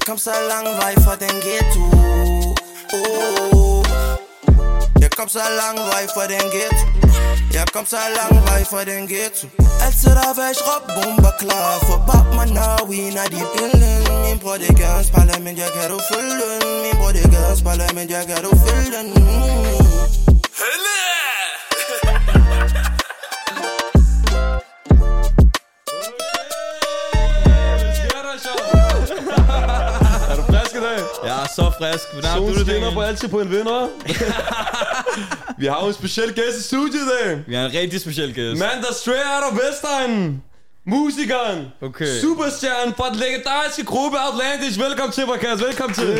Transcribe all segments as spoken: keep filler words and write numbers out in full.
kom så lang vej fra den ghetto. Oh. Jeg kom så lang vej fra den ghetto. Jeg kom så lang vej fra den ghetto. Altid der væk råb bomber klar. For bab mig når vi når de billen. Min bror det gør en spejler, men jeg kan du følge den. Min bror det gør en spejler, men jeg kan du følge den. Helle! Er du frisk i dag? Jeg er så frisk. Solen skinner på altid på en vinder. Vi har jo en speciel gæst i studiet i dag. Vi har en rigtig speciel gæst. Mand, der straight out of Vestegnen. Musikeren. Okay. Superstjernen fra den legendariske gruppe Outlandish. Velkommen til, Marcus. Velkommen til.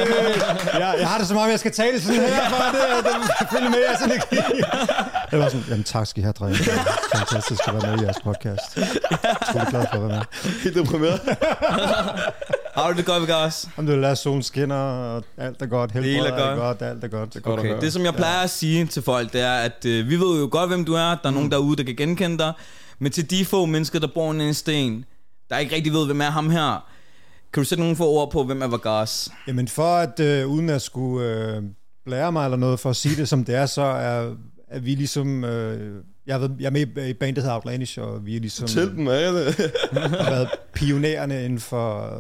Ja, jeg har det som om, jeg skal tale sådan her, for det, det følger med jeres energi. Det var sådan, jamen tak skal I have, drenge. Fantastisk at være med i jeres podcast. Jeg er utrolig glad for at være med. Helt deprimeret. Har du det godt, Vigas? Om du vil lade solen skinner, og alt er godt, helbred er er godt, alt er godt. Det er godt Okay, at det som jeg plejer at sige til folk, det er, at øh, vi ved jo godt, hvem du er. Der er nogen derude, der kan genkende dig. Men til de få mennesker, der bor under en sten, der ikke rigtig ved, hvem er ham her, kan du sætte nogle få ord på, hvem er Vigas? Jamen for at, øh, uden at skulle øh, blære mig eller noget, for at sige det som det er, så er, er vi ligesom... Øh, jeg, ved, jeg er med i bandet, der hedder Outlandish, og vi er ligesom... Til dem, er det? har været pionererne inden for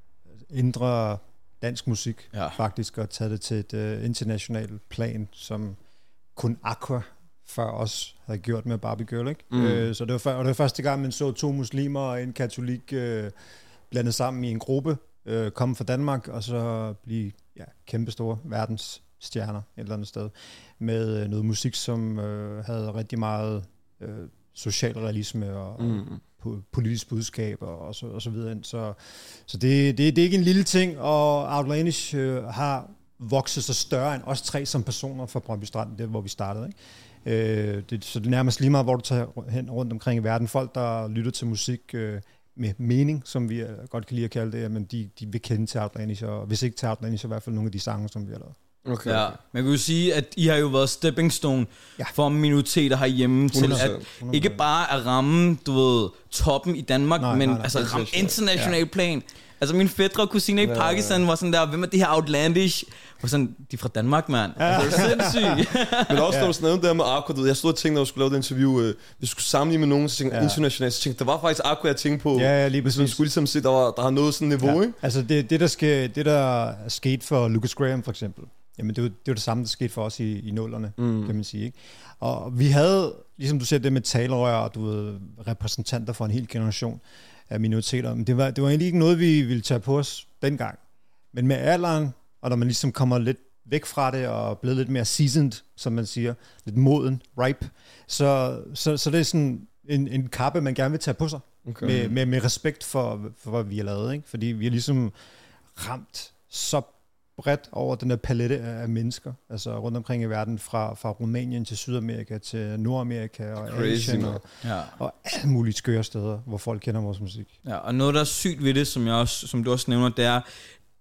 indre dansk musik, Ja. faktisk, og taget det til et uh, internationalt plan, som kun Aqua før os havde gjort med Barbie Girl, ikke? Mm. Øh, så det var, for, og det var første gang, man så to muslimer og en katolik øh, blandet sammen i en gruppe, øh, komme fra Danmark, og så blive ja, kæmpestore verdensstjerner et eller andet sted, med øh, noget musik, som øh, havde rigtig meget øh, social realisme og Mm. politisk budskab og, og, så, og så videre. Så, så det, det, det er ikke en lille ting, og Outlandish øh, har vokset så større end os tre som personer fra Brøndby Strand, det hvor vi startede. Ikke? Øh, det, så det er nærmest lige meget, hvor du tager hen rundt omkring i verden. Folk, der lytter til musik øh, med mening, som vi godt kan lide at kalde det, men de, de vil kende til Outlandish, og hvis ikke til Outlandish, så i hvert fald nogle af de sange, som vi har lavet. Okay. Ja, man kan jo sige, at I har jo været stepping stone Ja. for minoriteter herhjemme til hundrede at procent. ikke bare at ramme, du ved, toppen i Danmark, Nej, men nej, nej, altså ramme internationalt. international plan. Altså min fætre og kusine i Ja, Pakistan var sådan der, hvem er det her Outlandish? Var sådan, de er fra Danmark, mand. Altså, det er sindssygt. Men også når du snakkede der med Aqua, du ved, jeg stod og tænkte, når jeg skulle lave det interview, øh, vi skulle sammenligne med nogen, så tænkte jeg Ja. internationalt, så tænkte jeg, der var faktisk Aqua, jeg tænkte på. Ja, ja, lige Hvis man præcis. skulle ligesom se, der, var, der har noget sådan niveau, Ja. ikke? Altså det, det, der ske, det, der skete for Lucas Graham for eksempel, jamen det var det, var det samme, der skete for os i, i nullerne, mm. kan man sige. Ikke? Og vi havde, ligesom du siger, det med talerør og du ved, repræsentanter for en hel generation af minoriteter, men det var, det var egentlig ikke noget, vi ville tage på os dengang. Men med alderen, og når man ligesom kommer lidt væk fra det og blevet lidt mere seasoned, som man siger, lidt moden, ripe, så, så, så det er sådan en, en kappe, man gerne vil tage på sig. Okay. Med, med, med respekt for, for, hvad vi har lavet, ikke? Fordi vi har ligesom ramt så bredt over den der palette af, af mennesker, altså rundt omkring i verden, fra, fra Rumænien til Sydamerika til Nordamerika og Crazy, Asien man. og, Ja. og alle mulige skøre steder, hvor folk kender vores musik. Ja, og noget, der er sygt ved det, som, jeg også, som du også nævner, det er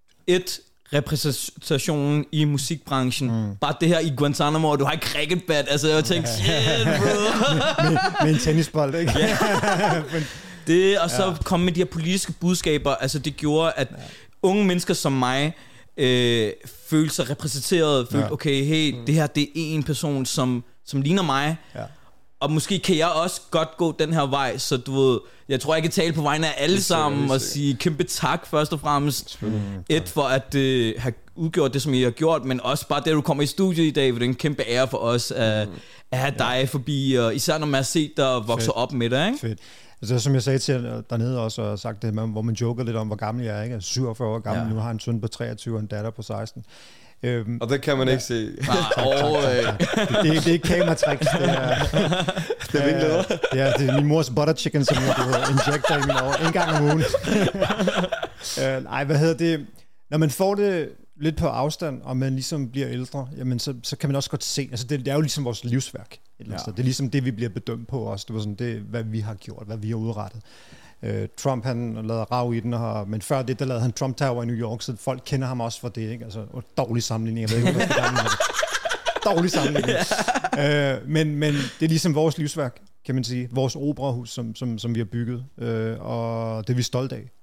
et, repræsentationen i musikbranchen. Mm. Bare det her i Guantanamo, og du har et cricketbat. Altså, jeg tænkte, shit, bro. med, med en tennisbold, ikke? Ja. Det, og så ja. komme med de her politiske budskaber, altså det gjorde, at ja. unge mennesker som mig øh, følte sig repræsenteret, følte, ja. okay, hey, mm. det her, det er en person, som, som ligner mig, ja. og måske kan jeg også godt gå den her vej, så du ved, jeg tror, jeg kan tale på vegne af alle sammen, og sige kæmpe tak først og fremmest. Mm. Et, for at øh, have udgjort det, som I har gjort, men også bare det, at du kommer i studiet i dag, for det er en kæmpe ære for os at, mm. at have dig ja. forbi, og især når man har set dig vokse op med det, ikke? Fedt. Altså, som jeg sagde til jer dernede også, og sagt det, hvor man joker lidt om, hvor gammel jeg er, ikke? Jeg er syvogfyrre år gammel, ja. Nu har en søn på treogtyve og en datter på seksten. Øhm, og det kan man ja. ikke se. Ah, tak, tak, tak, tak. Det, det, det er ikke kameratricks. Det er, det er virkelig det, det, er, det er min mors butter chicken, som jeg injekter i min år en gang om ugen. øh, nej, hvad hedder det? Når man får det lidt på afstand, og man ligesom bliver ældre, jamen så, så kan man også godt se, altså det, det er jo ligesom vores livsværk. Ja. Det er ligesom det, vi bliver bedømt på også. Det var sådan det, hvad vi har gjort, hvad vi har udrettet. Uh, Trump, han lavede rav i den, og, men før det, der lavede han Trump Tower i New York, så folk kender ham også for det, ikke? Altså, dårlig sammenligning, jeg ved ikke, hvad det er. Dårlig sammenligning. uh, men, men det er ligesom vores livsværk, kan man sige. Vores operahus, som, som, som vi har bygget, uh, og det er vi stolte af.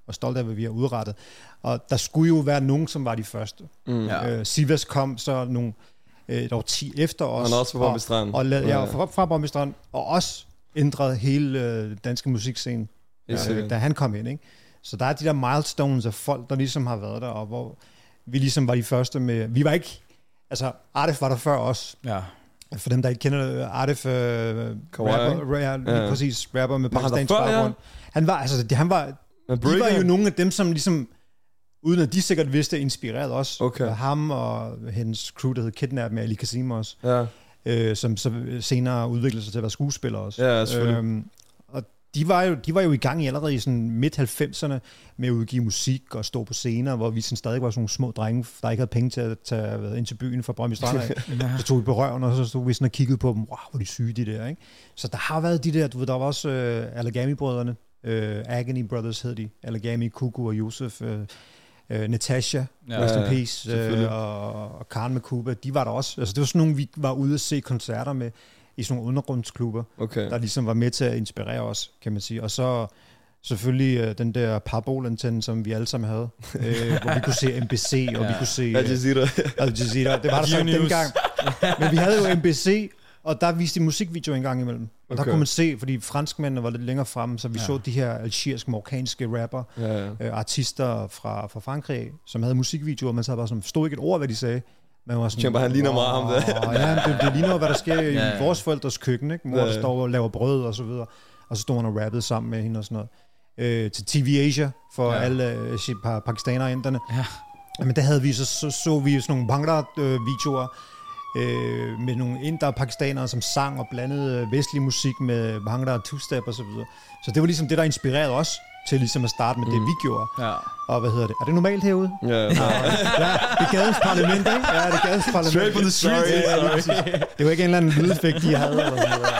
og stolte af, hvad vi har udrettet. Og der skulle jo være nogen, som var de første. Mm. Ja. Øh, Sivas kom så nogle, øh, et år ti efter os. Han er også fra Brøndby Strand. Og, og la- ja, fra, fra Brøndby Strand, og også ændrede hele øh, danske musikscene, Yes, øh, da han kom ind, ikke? Så der er de der milestones af folk, der ligesom har været der, og hvor vi ligesom var de første med... Vi var ikke... Altså, Artif var der før os. Ja. For dem, der ikke kender det, Artif... Øh, rapper, ja, lige ja. præcis, rapper med Var han der pakistansk før, ja? baggrund. Han var, altså, det, han var... Men De var breaker? jo nogle af dem, som ligesom... Uden at de sikkert vidste, inspireret os. Okay. Ham og hendes crew, der hed Kidnap med Ali Kazim også. Ja. Øh, som så senere udviklede sig til at være skuespillere også. Ja, selvfølgelig. Øhm, og de var, jo, de var jo i gang i allerede i sådan midt halvfemserne med at udgive musik og stå på scener, hvor vi sådan stadig var sådan nogle små drenge, der ikke havde penge til at tage ind til byen fra Brøndby Strand af. Så tog vi på røven, og så stod vi sådan og kiggede på dem. Wow, hvor de syge, de der, ikke? Så der har været de der, du ved, der var også øh, Allergami-brødrene. Øh, Agony Brothers hed de. Allergami, Kuku og Yusuf. Øh, øh, Natasha, Ja. Rest in Ja, Peace, selvfølgelig. øh, og, og Karen med Cuba. De var der også. Altså, det var sådan nogle, vi var ude at se koncerter med i sådan nogle undergrundsklubber, Okay. der ligesom var med til at inspirere os, kan man sige. Og så selvfølgelig øh, den der parabolantenne, som vi alle sammen havde, øh, hvor vi kunne se M B C, og ja. vi kunne se Al Jazeera. øh, Al Jazeera. Det var der så ikke dengang. Men vi havde jo M B C, og der viste de musikvideo en gang imellem. Og okay. Der Okay. kunne man se, fordi franskmændene var lidt længere fremme, så vi ja. så de her algeriske, marokkanske rapper, Ja, ja. øh, artister fra, fra Frankrig, som havde musikvideoer, man sad bare sådan, forstod ikke et ord, hvad de sagde. Man var sådan, Tænker bare, han ligner meget ham der. Ja, det, det ligner, hvad der sker i Ja, ja. vores forældres køkken, ikke? Mor, Ja, der ja. står og laver brød og så videre. Og så stod han og rappede sammen med hende og sådan noget. Øh, til T V Asia, for Ja. ja. alle øh, pa- pakistanere og inderne. Ja. Men der havde vi, så, så, så vi sådan nogle Bhangra-videoer, øh, med nogle indere pakistanere, som sang og blandede øh, vestlig musik med Bhangra og two-step og så videre. Så det var ligesom det, der inspirerede os til ligesom at starte med mm. det, vi gjorde. Ja. Og hvad hedder det? Er det normalt herude? Ja, ja. Ja, det er gadens parlament, ikke? Ja, det er gadens parlament. Straight from the streets. Ja, lige præcis. Det var ikke en eller anden lydeffekt, de havde. Eller sådan noget.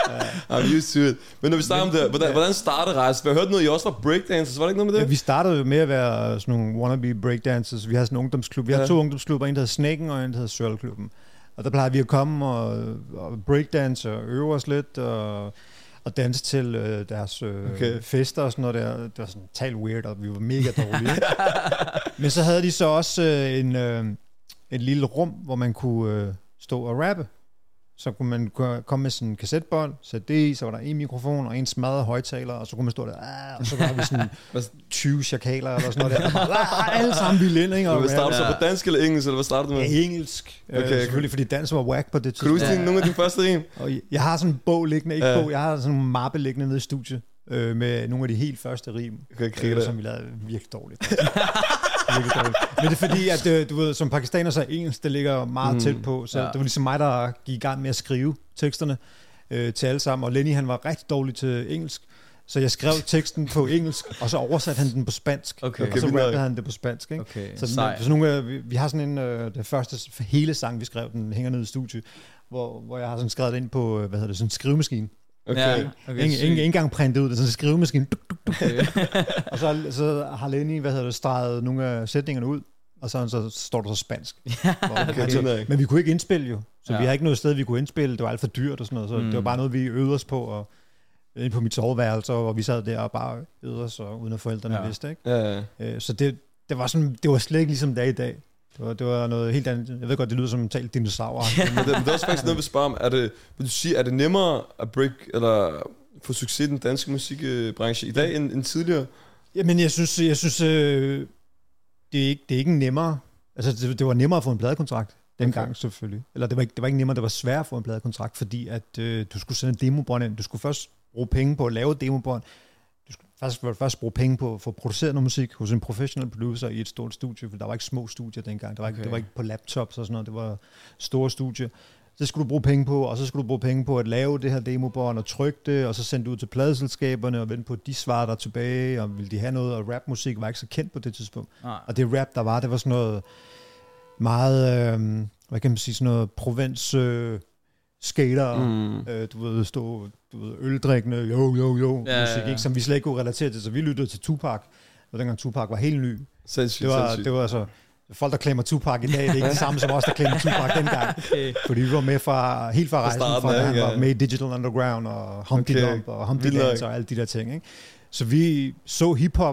I'm used to it. Men når vi starter om det, hvordan, hvordan startede rejsen? Vi har hørt noget, I også var breakdancers. Var det ikke noget med Ja, det? vi startede jo med at være sådan nogle wannabe breakdancers. Vi har sådan en ungdomsklub. Vi har Ja. to ungdomsklubber. En, der hedder Snaken, og en, der hedder Sørlklubben. Og der plejer vi at komme og, og breakdance og øve os lidt og, og danse til øh, deres øh, Okay. fester og sådan noget der. Det var sådan totalt weird, og vi var mega dårlige. Men så havde de så også øh, en, øh, et lille rum, hvor man kunne øh, stå og rappe. Så kunne man gå- komme med sådan en kassettebånd, sætte det i, så var der en mikrofon og en smadret højtaler, og så kunne man stå der, ah, og så var vi sådan tyve chakaler eller sådan noget der. Og bare, ah, alle sammen ville ind, ikke? Og Hvad startede du rappe. så på dansk eller engelsk, eller hvad startede du med? Ja, engelsk. Okay, Okay, øh, selvfølgelig, fordi dans var whack på det Kan du huske tidspunkt. ja. nogle af dine første en? Og jeg har sådan en bog liggende, ikke Ja. bog, jeg har sådan en mappe liggende nede i studiet, øh, med nogle af de helt første rim, Okay, kriger øh, det. som vi lavede virkelig dårligt. virkelig dårligt. Men det er fordi, at øh, du ved, som pakistaner, så er engelsk, det ligger meget Mm. tæt på, så Ja. det var ligesom mig, der gik i gang med at skrive teksterne øh, til alle sammen, og Lenny, han var rigtig dårlig til engelsk, så jeg skrev teksten på engelsk, og så oversatte han den på spansk, Okay. og så Okay, rappede han det på spansk, ikke? Okay, Så, sej. den, så nogle, af- vi, vi har sådan en, øh, det første hele sang, vi skrev, den hænger nede i studiet, hvor, hvor jeg har sådan skrevet det ind på, øh, hvad hedder det, sådan en skrivemaskine. Okay. Ja, Okay. okay, Ingen, sygt. ingen, ikke engang printet ud, det er sådan en skrivemaskine. Duk, duk, duk. Okay. Og så, så har Lenny, hvad hedder det, streget nogle af sætningerne ud, og så, så står der så spansk. Hvor- Okay, altså, sådan er men vi kunne ikke indspille jo, så Ja. vi har ikke noget sted, vi kunne indspille. Det var alt for dyrt og sådan noget, så Mm. det var bare noget, vi øvede os på, og inde på mit soveværelse, og vi sad der og bare øvede os, og uden at forældrene Ja. vidste, ikke? Ja, ja. Øh, Så det, det var sådan, det var slet ikke ligesom dag i dag. Det var, det var noget helt andet. Jeg ved godt, det lyder som en talt dinosaur. Men det, men det er også faktisk noget, vi spørger om. Er det, vil du sige, er det nemmere at break, eller få succes i den danske musikbranche i dag end, end tidligere? Jamen, jeg synes, jeg synes øh, det, er ikke, det er ikke nemmere. Altså, det, det var nemmere at få en pladekontrakt dengang, okay. selvfølgelig. Eller det var, ikke, det var ikke nemmere, det var svært at få en pladekontrakt, fordi at øh, du skulle sende demobånd ind. Du skulle først bruge penge på at lave demobånd. Du skulle først, først bruge penge på at få produceret noget musik hos en professional producer i et stort studie, for der var ikke små studier dengang. Der var ikke, Okay. det var ikke på laptops og sådan noget, det var store studier. Så skulle du bruge penge på, og så skulle du bruge penge på at lave det her demobånd og trykke det, og så sende det ud til pladeselskaberne og vente på, at de svarer der tilbage, og ville de have noget, og rapmusik var ikke så kendt på det tidspunkt. Nej. Og det rap, der var, det var sådan noget meget, øh, hvad kan man sige, sådan noget provins øh, skater, Mm. øh, du ved, stå, du ved, øldrikkende, jo, jo, jo, Ja, musik, ja, ja. ikke, som vi slet ikke kunne relatere til, så vi lyttede til Tupac, og dengang Tupac var helt ny. Sindssygt, Det var, sindssygt. det var altså, folk, der klemmer Tupac i dag, det er ikke det samme som os, der klemmer Tupac dengang. Okay. Fordi vi var med fra, helt fra Fra rejsen, starten fra, af, han ja. var med i Digital Underground, og Humpty Okay. Dump, og Humpty Vildt nok. Dance, og alle de der ting, ikke? Så vi så hiphop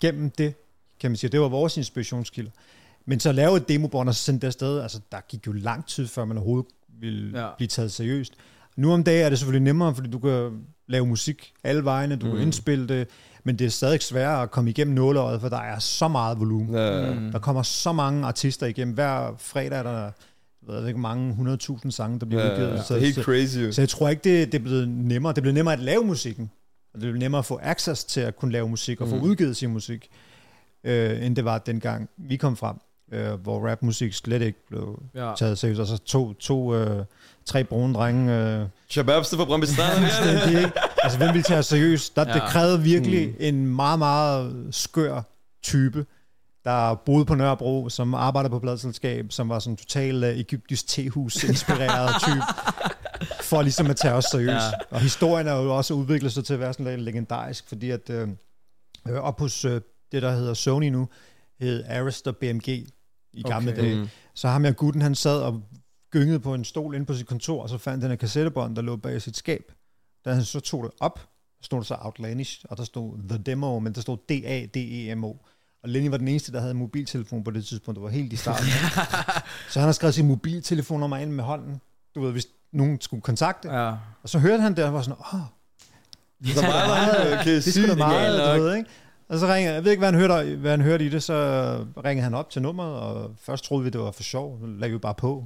gennem det, kan man sige, det var vores inspirationskilder. Men så lave et demobånd og så sende det afsted, altså der gik jo lang tid, før man overhovedet ville ja. blive taget seriøst. Nu om dagen er det selvfølgelig nemmere, fordi du kan lave musik alle vejene, du mm. kan indspille det, men det er stadig sværere at komme igennem nåleøjet, for der er så meget volumen. Ja. Mm. Der kommer så mange artister igennem. Hver fredag er der, jeg ved ikke, mange hundredtusind sange, der bliver udgivet. Ja, så, helt så, crazy. Så, så jeg tror ikke, det, det er blevet nemmere. Det er blevet nemmere at lave musikken. Og det er blevet nemmere at få access til at kunne lave musik og få mm. udgivet sin musik, øh, end det var dengang vi kom frem. Øh, hvor rapmusik slet ikke blev ja. taget seriøst. Og så to, to øh, tre brune drenge. Øh, Shababs fra Brøndby Strand. Altså, hvem ville tage os seriøst? Der, ja. Det krævede virkelig mm. en meget, meget skør type, der boede på Nørrebro, som arbejdede på pladselskab, som var sådan total uh, egyptisk tehus-inspireret type, for ligesom at tage os seriøst. Ja. Og historien er jo også udviklet sig til at være sådan lidt legendarisk, fordi at øh, op hos øh, det, der hedder Sony nu, hed Arista B M G i gamle okay. dage. Mm. Så ham og gutten, han sad og gyngede på en stol inde på sit kontor, og så fandt han en kassettebånd, der lå bag sit skab. Da han så tog det op, stod der så Outlandish, og der stod The Demo, men der stod D A D E M O. Og Lenny var den eneste, der havde en mobiltelefon på det tidspunkt. Det var helt i starten. Så han har skrevet sin mobiltelefonnummer ind med hånden. Du ved, hvis nogen skulle kontakte. Ja. Og så hørte han det, og var sådan, åh, det er meget, okay, det skulle da meget, du ved, ikke? Og så ringede, jeg ved ikke, hvad han hørte, hvad han hørte i det, så ringede han op til nummeret, og først troede vi, det var for sjov. Så lagde vi bare på.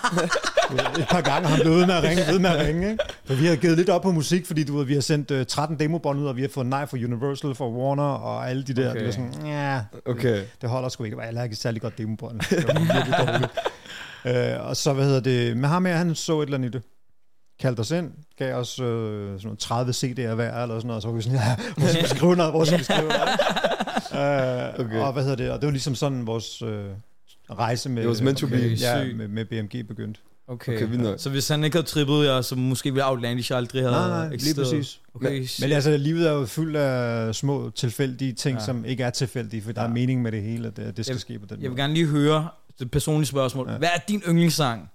Et par gange har han blevet ved med at ringe, ved med at ringe, ikke? For vi har givet lidt op på musik, fordi du ved, vi har sendt uh, tretten demobånd ud, og vi har fået nej for Universal, for Warner, og alle de der. Okay. Det var sådan, ja, okay. det, det holder sgu ikke. Jeg har ikke særlig godt demobånd. Det var virkelig dårligt. Uh, og så, hvad hedder det, med ham her, han så et eller andet i det. Kaldte os ind, gav os øh, sådan noget tredive C D'er hver, eller sådan noget, og så var vi sådan, ja, hvor skal vi skrive noget, hvor skal vi skrive noget? uh, okay. Og hvad hedder det, og det var ligesom sådan vores øh, rejse med, okay, ja, med, med B M G begyndte. Okay, okay, så hvis han ikke havde trippet jer, så måske ville Outlandish aldrig have nej, nej, eksisteret. Lige præcis. Okay. Men, men altså, livet er jo fyldt af små tilfældige ting, ja. som ikke er tilfældige, for der ja. er mening med det hele, at det, det skal jeg, ske på den jeg måde. Jeg vil gerne lige høre det personlige spørgsmål. Ja. Hvad er din yndlingssang?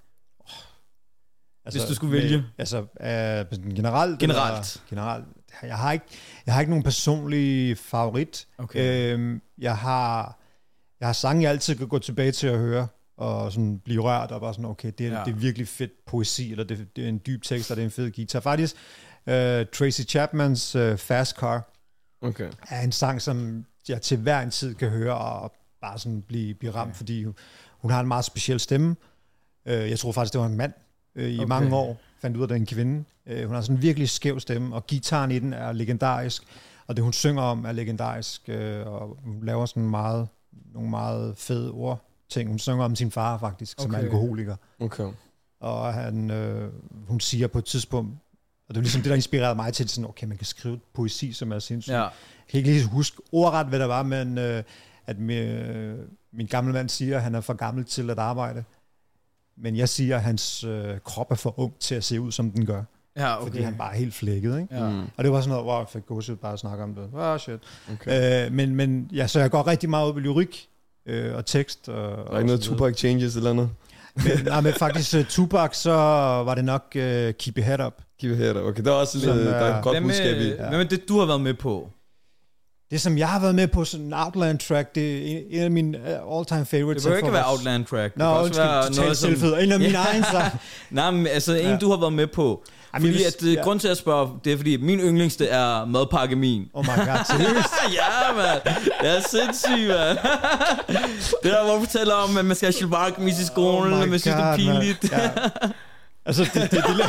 Altså, hvis du skulle vælge. Med, altså uh, generelt. Generelt. Eller, generelt. Jeg har ikke, jeg har ikke nogen personlig favorit. Okay. Øhm, jeg har, jeg har sange, jeg altid kan gå tilbage til at høre og sådan blive rørt og bare sådan, okay, det er, ja. det er virkelig fedt poesi, eller det, det er en dyb tekst, og det er en fed guitar. Faktisk uh, Tracy Chapmans uh, Fast Car okay. er en sang, som jeg til hver en tid kan høre og bare sådan blive, blive ramt, okay. fordi hun, hun har en meget speciel stemme. Uh, jeg tror faktisk, det var en mand. I okay. mange år fandt ud af, at det er en kvinde. Uh, hun har sådan en virkelig skæv stemme, og gitaren i den er legendarisk, og det hun synger om er legendarisk, uh, og hun laver sådan meget, nogle meget fede ordting. Hun synger om sin far faktisk, okay. som er alkoholiker. Okay. Og han, uh, hun siger på et tidspunkt, og det er ligesom det, der inspirerede mig til, sådan, okay, man kan skrive poesi, som er sindssygt. Ja. Jeg kan ikke lige huske ordret, hvad der var, men uh, at min, uh, min gamle mand siger, at han er for gammel til at arbejde. Men jeg siger, at hans øh, krop er for ung til at se ud, som den gør. Ja, okay. Fordi han bare er helt flækket, ikke? Ja. Og det var sådan noget, hvor jeg fik gåsehud bare at snakke om det. Ah, shit. Okay. Øh, men, men ja, så jeg går rigtig meget op i lyrik øh, og tekst. Og, der er ikke noget Tupac Changes eller noget? Men, nej, men faktisk uh, Tupac, så var det nok uh, Keep Your Head Up. Keep Your Head Up, okay. Der er også sådan, der er et godt budskab i. Ja. Hvad med det, du har været med på? Det, som jeg har været med på, sådan en Outland track, det er en af mine all-time favorites. Det bør ikke være Outland track. Nå, no, undskyld, totalt selvfed. En af mine egne sang. Nej, men altså en, ja. du har været med på. Fordi hvis, at, ja. grund til at spørge, det er fordi, min yndlingste er Madpakke Min. Oh my god, seriøst? Ja, mand. Det er sindssygt, mand. Det der, hvor du fortæller om, at man skal have chilbarkemis i skolen, oh og man synes, det er pinligt. Ja. Altså, det, det, det, det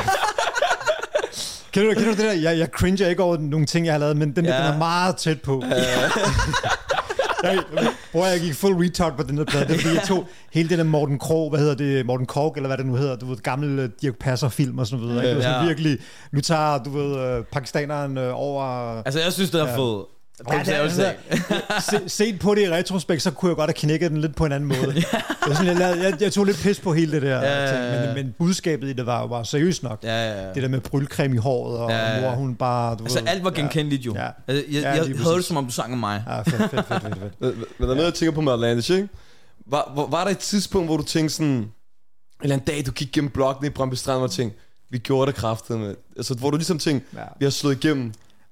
Kan du, kan du det der? Jeg, jeg cringer ikke over nogle ting, jeg har lavet, men den, ja. den er meget tæt på. Ja. jeg, bror, jeg gik full retard på den der plade. Det er fordi, jeg tog hele det der Morten Krog, hvad hedder det, Morten Kork, eller hvad det nu hedder, du ved, gamle Dirch Passer-film og sådan noget. Ja. Det var sådan virkelig, nu tager, du ved, pakistaneren over... Altså, jeg synes, det er ja. fedt. Ja, det er, altså, se, set på det i retrospekt, så kunne jeg godt have knækket den lidt på en anden måde. Det var sådan, jeg, lavede, jeg, jeg tog lidt pis på hele det der, ja, ting, ja, ja. Men, men budskabet i det var jo bare seriøst nok. Ja, ja, ja. Det der med brylcreme i håret, og ja, ja. mor hun bare... Du altså ved, alt var genkendeligt jo. Ja. Altså, jeg ja, jeg havde det som om du sang om mig. Ja, fedt, fedt, fedt, fedt, fedt. Men, men der er noget, jeg tænker på med Outlandish, ikke? Var, var, var der et tidspunkt, hvor du tænkte sådan... En eller anden dag, du gik gennem blokken i Brøndby Strand og tænkte, vi gjorde det kraftigt med. Altså, hvor du ligesom tænkte, ja. vi har slået igennem.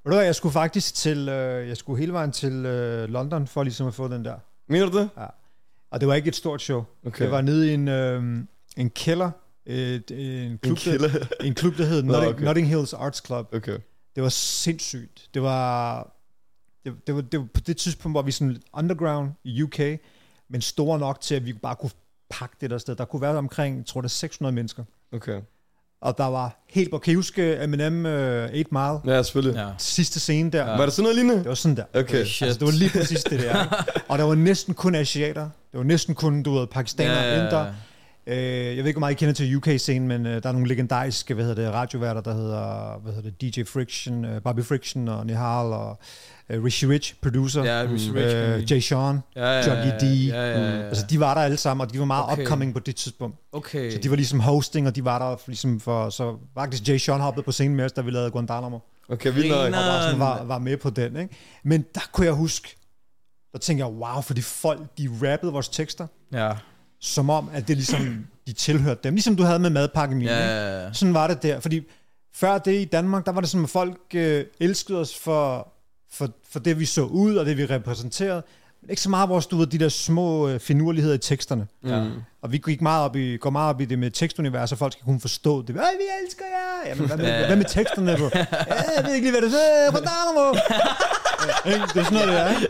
Ved du hvad, jeg skulle faktisk til, øh, jeg skulle hele vejen til øh, London for ligesom at få den der. Mener du det? Ja. Og det var ikke et stort show. Okay. Det var nede i en, øh, en kælder. Et, en, klub, en, der, en klub, der hed Nå, Notting, okay. Notting Hills Arts Club. Okay. Det var sindssygt. Det var, det, det, var, det var på det tidspunkt, hvor vi sådan underground i U K, men store nok til, at vi bare kunne pakke det der sted. Der kunne være omkring, jeg tror det er seks hundrede mennesker. Okay. Og der var helt, kan I huske Eminem uh, eight Mile? Ja, selvfølgelig. Ja. Sidste scene der. Ja. Var det sådan noget lignende? Det var sådan der. Okay. Shit. Altså, det var lige præcis det der. Ikke? Og der var næsten kun asiater. Det var næsten kun, du ved, pakistanere, Ja, ja, ja. indere. Uh, jeg ved ikke, hvor meget I kender til U K-scenen, men uh, der er nogle legendariske, hvad hedder det, radioværter, der hedder, hvad hedder det, D J Friction, uh, Bobby Friction og Nihal og uh, Rishi Rich, producer. Ja, Rishi Rich. Uh, Jay Sean, Ja, ja, Juggy D. Ja, ja, ja, ja. Altså, de var der alle sammen, og de var meget Okay. upcoming på det tidspunkt. Okay. Så de var ligesom hosting, og de var der ligesom for, så faktisk Jay Sean hoppede på scenen med os, da vi lavede Guantanamo. Okay, vildt nok. Og var, sådan, var, var med på den, ikke? Men der kunne jeg huske, der tænkte jeg, wow, fordi folk, de rappede vores tekster, Ja. som om, at det ligesom, de tilhørte dem. Ligesom du havde med madpakken min, Ja, ikke? ja, ja. Sådan var det der. Fordi før det i Danmark, der var det sådan, at folk øh, elskede os for, for, for det, vi så ud, og det, vi repræsenterede. Men ikke så meget vores, du ved, de der små øh, finurligheder i teksterne. Ja. Og vi gik meget op i, går meget op i det med tekstunivers, så folk skal kunne forstå det. Ej, vi elsker jer! Jamen, hvad med, Ja. hvad med teksterne? Bro? Ja, jeg ved ikke lige, hvad det er. Hvordan er det, ja, ikke? Det er sådan noget, det er, ikke?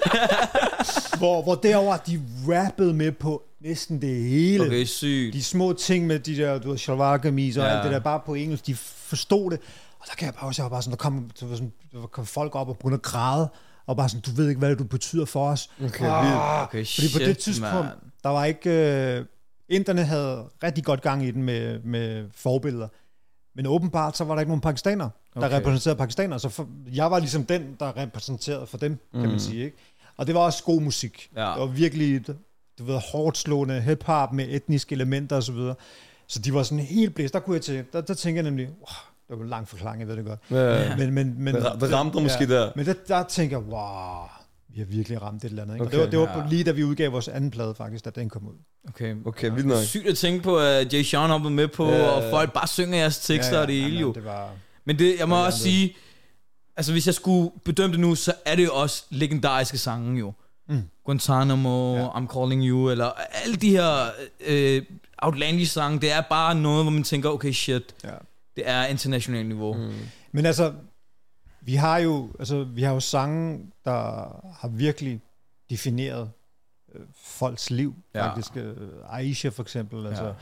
Hvor, hvor derovre, de rappede med på næsten det hele. Okay, sygt. De små ting med de der, du ved, shalwar-kamis og Ja. alt det der, bare på engelsk, de forstod det. Og der kan jeg bare også, jeg var bare sådan, der kom, der var sådan, der kom folk op og begyndte at græde, og bare sådan, du ved ikke, hvad det du betyder for os. Okay, vildt. Okay, Fordi på shit, det tidspunkt, man. der var ikke... Øh, inderne havde rigtig godt gang i den med, med forbilleder. Men åbenbart, så var der ikke nogen pakistanere, der Okay. repræsenterede pakistanere. Så for, jeg var ligesom den, der repræsenterede for dem, kan Mm. man sige. Ikke? Og det var også god musik. Ja. Det var virkelig, du ved, hårdt slående hip-hop med etniske elementer og så videre. Så de var sådan helt blæst. Der kunne jeg til, der, der tænker jeg nemlig, wow, det var en lang forklaring, jeg ved det godt. Ja. Men, men, men, Det ra- det ramte måske der. Men der, der tænker jeg, wow, vi har virkelig ramt et eller andet. Ikke? Okay. Og det var, det var Ja. på, lige da vi udgav vores anden plade faktisk, da den kom ud. Okay. Okay, vildt nok. Sygt at tænke på, at Jay Sean hoppede med på, Ja, ja, og ja. folk bare synger jeres tekster ja, ja, og det hele jamen, jo. Det var, Men det, jeg må Ja, også det- sige, altså hvis jeg skulle bedømme det nu, så er det jo også legendariske sange jo. Mm. Guantanamo, Ja. I'm Calling You, eller alle de her øh, outlandish sange, det er bare noget, hvor man tænker, okay shit, ja. det er internationalt niveau. Mm. Men altså, vi har jo, altså, vi har jo sange, der har virkelig defineret øh, folks liv, Ja. faktisk. Øh, Aisha for eksempel, altså. Ja.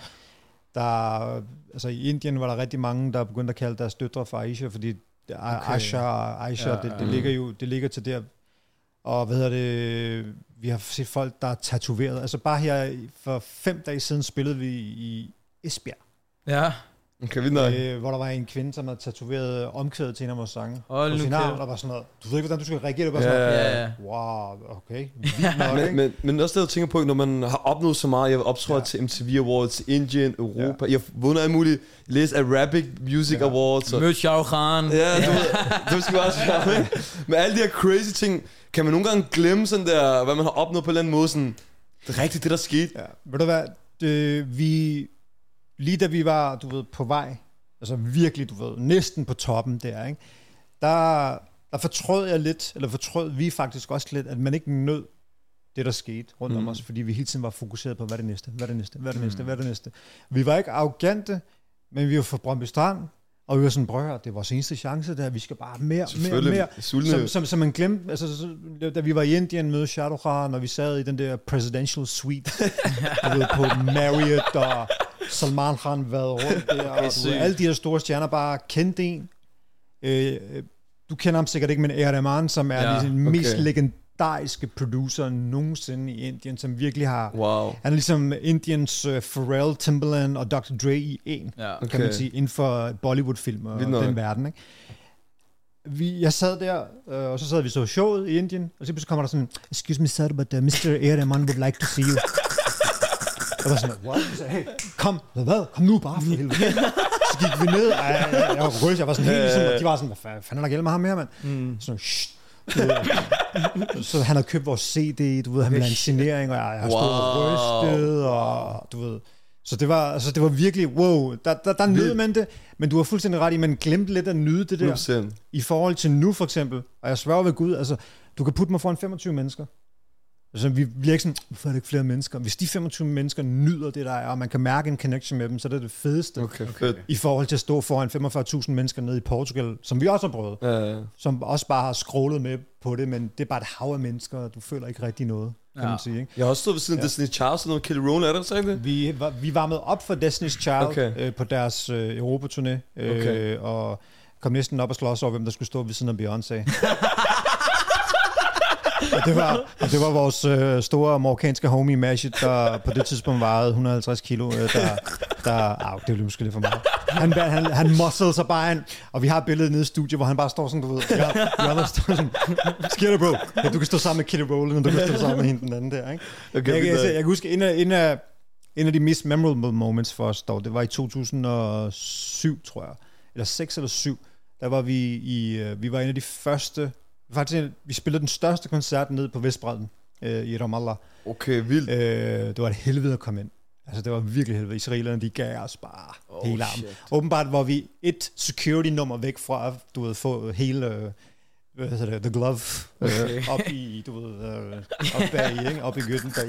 Der, altså i Indien var der rigtig mange, der begyndte at kalde deres døtre for Aisha, fordi okay. Aisha og Aisha, Ja, ja, det, ja. det ligger jo det ligger til der. Og hvad hedder det, vi har set folk, der er tatoveret. Altså bare her for fem dage siden spillede vi i Esbjerg, Ja, Okay, vildt nok. øh, hvor der var en kvinde, som havde tatoveret omkvædet til en af vores sange. Hold på nu sin kæft. arm, der var sådan noget. Du ved ikke, hvordan du skal reagere. Det var Ja, sådan noget. ja, ja. Wow, okay. Vildt nok, Men, ikke? men, men også det, jeg tænker på, når man har opnået så meget, jeg har optrådt Ja. ja. til M T V Awards, Indien, Europa, ja. jeg har vundet alt muligt, læst Arabic Music Ja. Awards, og mødte Shah Rukh Khan. ja, du, du skal bare sige, ikke? Men alle de her crazy ting, kan man nogle gange glemme sådan der, hvad man har opnået på en eller anden måde, sådan, det er rigtigt, det der skete. Ja. Ved du hvad, det, vi, lige da vi var, du ved, på vej, altså virkelig, du ved, næsten på toppen der, ikke? Der, der fortrød jeg lidt, eller fortrød vi faktisk også lidt, at man ikke nød det, der skete rundt mm. om Mm. os, fordi vi hele tiden var fokuseret på, hvad er det næste, hvad er det næste, hvad er det næste, hvad er det næste. Vi var ikke arrogante, men vi var fra Brøndby Strand, og vi var sådan, brødre, det er vores eneste chance der, vi skal bare mere, mere, Selvfølgelig, mere. sultne. Som, som, som man glemte, altså, så, da vi var i Indien med Shah Rukh Khan, og vi sad i den der presidential suite, du ved, på Marriott, og Salman Khan været rundt der, og du ved, sygt. alle de her store stjerner bare kendte en. Øh, du kender ham sikkert ikke, men A R. Rahman, som er Ja, ja, den mest okay. legendariske producer nogensinde i Indien, som virkelig har... Wow. Han er ligesom Indiens uh, Pharrell, Timbaland og doktor Dre i en, Ja. okay. kan man sige, inden for Bollywood-film og Vildt nok. den verden, ikke? Vi, jeg sad der, øh, og så sad vi så showet i Indien, og så pludselig kommer der sådan, excuse me sir, but uh, mister A R. Rahman would like to see you. Og var sådan, what? Jeg sagde, hey, kom, hvad? Kom nu bare, for helvede. Så gik vi ned, og jeg, jeg, jeg var røs, jeg var sådan helt ligesom, og de var sådan, hvad fanden er der gælder med ham her, mand? Mm. Sådan, shh. Du ved, så han havde købt vores C D, du ved, han ville have en signering, og jeg, jeg stod og Wow. rystet, og du ved, Så det var, altså, det var virkelig, wow, der, der, der nød man det, men du har fuldstændig ret i, man glemte lidt at nyde det der, hundrede procent. i forhold til nu for eksempel, og jeg sværger ved Gud, altså, du kan putte mig foran femogtyve mennesker, altså, vi bliver ikke sådan, hvorfor er det ikke flere mennesker? Hvis de femogtyve mennesker nyder det der er, og man kan mærke en connection med dem, så er det det fedeste, Okay, fedt. i forhold til at stå foran femogfyrre tusind mennesker nede i Portugal, som vi også har prøvet, Ja, ja. som også bare har scrollet med på det, men det er bare et hav af mennesker, og du føler ikke rigtig noget, kan Ja. man sige, ikke? Jeg har også stået ved siden af Ja. Destiny Child, og noget Kelly Rowland, er det så ikke det? Vi, var, vi varmede op for Destiny's Child Okay. øh, på deres øh, Europaturné, øh, Okay. og kom næsten op og slås over, hvem der skulle stå ved siden af Beyoncé. og, det var, og det var vores øh, store marokkanske homie Majid, der på det tidspunkt vejede et hundrede og halvtreds kilo, øh, der, der, au, det var måske lidt for meget. Han, han, han musclede sig bare ind, og vi har et billede nede i studiet, hvor han bare står sådan, du ved, jeg, jeg står sådan, sker det, bro? Ja, du kan stå sammen med Kitty Rowland, og du kan stå sammen med hende den anden der, ikke? Okay, jeg, jeg, vildt. jeg, jeg kan huske, en af, en af, en af de mest memorable moments for os dog, det var i to tusind og syv, tror jeg, eller seks eller syv, der var vi i, uh, vi var en af de første, faktisk vi spillede den største koncert ned på Vestbredden uh, i Ramallah. Okay, vildt. Uh, det var et helvede at komme ind. Altså det var virkelig helvede. Israelerne, de gav os bare Oh, hele armen. shit. Åbenbart var vi et security-nummer væk fra, du ved, få hele, uh, hvad hedder det, the glove, Okay. uh, op i, du ved, uh, op bag, ikke? Op i gytten bag.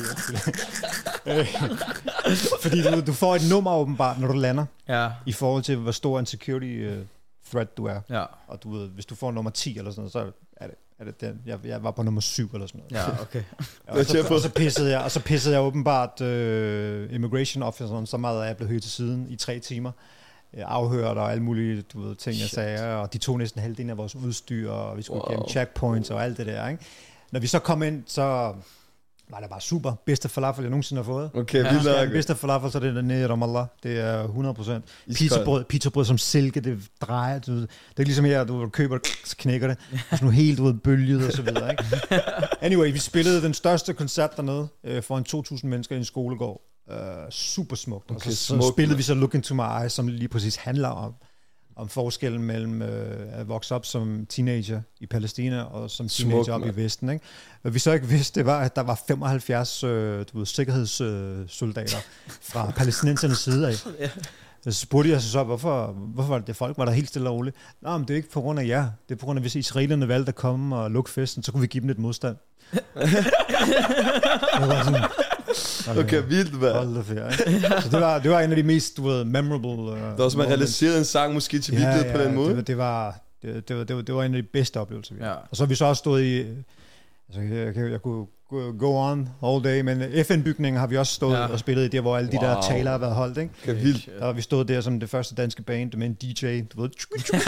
Øh, Fordi du, du får et nummer åbenbart, når du lander, Ja, i forhold til, hvor stor en security uh, threat du er. ja, Og du ved, hvis du får nummer ti eller sådan noget, så er det, er det den. Jeg, jeg var på nummer syv eller sådan noget. ja, okay. Og så, og så pissede jeg, og så pissede jeg åbenbart uh, immigration officeren så meget, at jeg blev hørt til siden i tre timer. Afhørt og alle mulige, du ved, ting jeg sagde, og de tog næsten halvdelen af vores udstyr, og vi skulle Wow. gennem checkpoints og alt det der, ikke? Når vi så kom ind, så var det bare super. Bedste falafel, jeg nogensinde har fået. Okay, Ja. vildt Ja, nok. den bedste falafel, så er det der nede i Ramallah. Det er hundrede procent. Iskoldt. Pizzabrød, pizzabrød som silke, det drejer. Du ved. Det er ikke ligesom her, du køber det, så knækker det. Sådan nogle helt, du ved, bølget og så videre, ikke? Anyway, vi spillede den største koncert dernede øh, foran to tusind mennesker i en skolegård. Uh, super smukt. Okay, og så, så smukt, spillede man. vi så Look Into My Eyes, som lige præcis handler om, om forskellen mellem øh, at vokse op som teenager i Palæstina og som teenager Smukt, op i mand. Vesten. Ikke? Hvad vi så ikke vidste, det var, at der var femoghalvfjerds øh, du ved, sikkerhedssoldater fra palæstinensernes side af. Ja. Så spurgte jeg så, hvorfor, hvorfor var det det folk? Var der helt stille og roligt? Nå, men det er ikke på grund af jer. Det er på grund af, hvis israelerne valgte at komme og lukke festen, så kunne vi give dem lidt modstand. Det var sådan, Okay, okay vildt, hvad? hold da ferie, ikke? Så det var, det var en af de mest, du ved, memorable uh, Der var også, man realiserede en sang måske til ja, videoet på den måde. Det, var- det, var, det, det, var, det, var, det var en af de bedste oplevelser. Vi Ja. havde. Og så har vi så også stået i, altså jeg, jeg, jeg kunne go- go on all day, men F N-bygningen har vi også stået Ja. og spillet i, der hvor alle de Wow. der taler har været holdt, ikke? Okay, vildt. Der har vi stået der som det første danske band med en D J, du ved,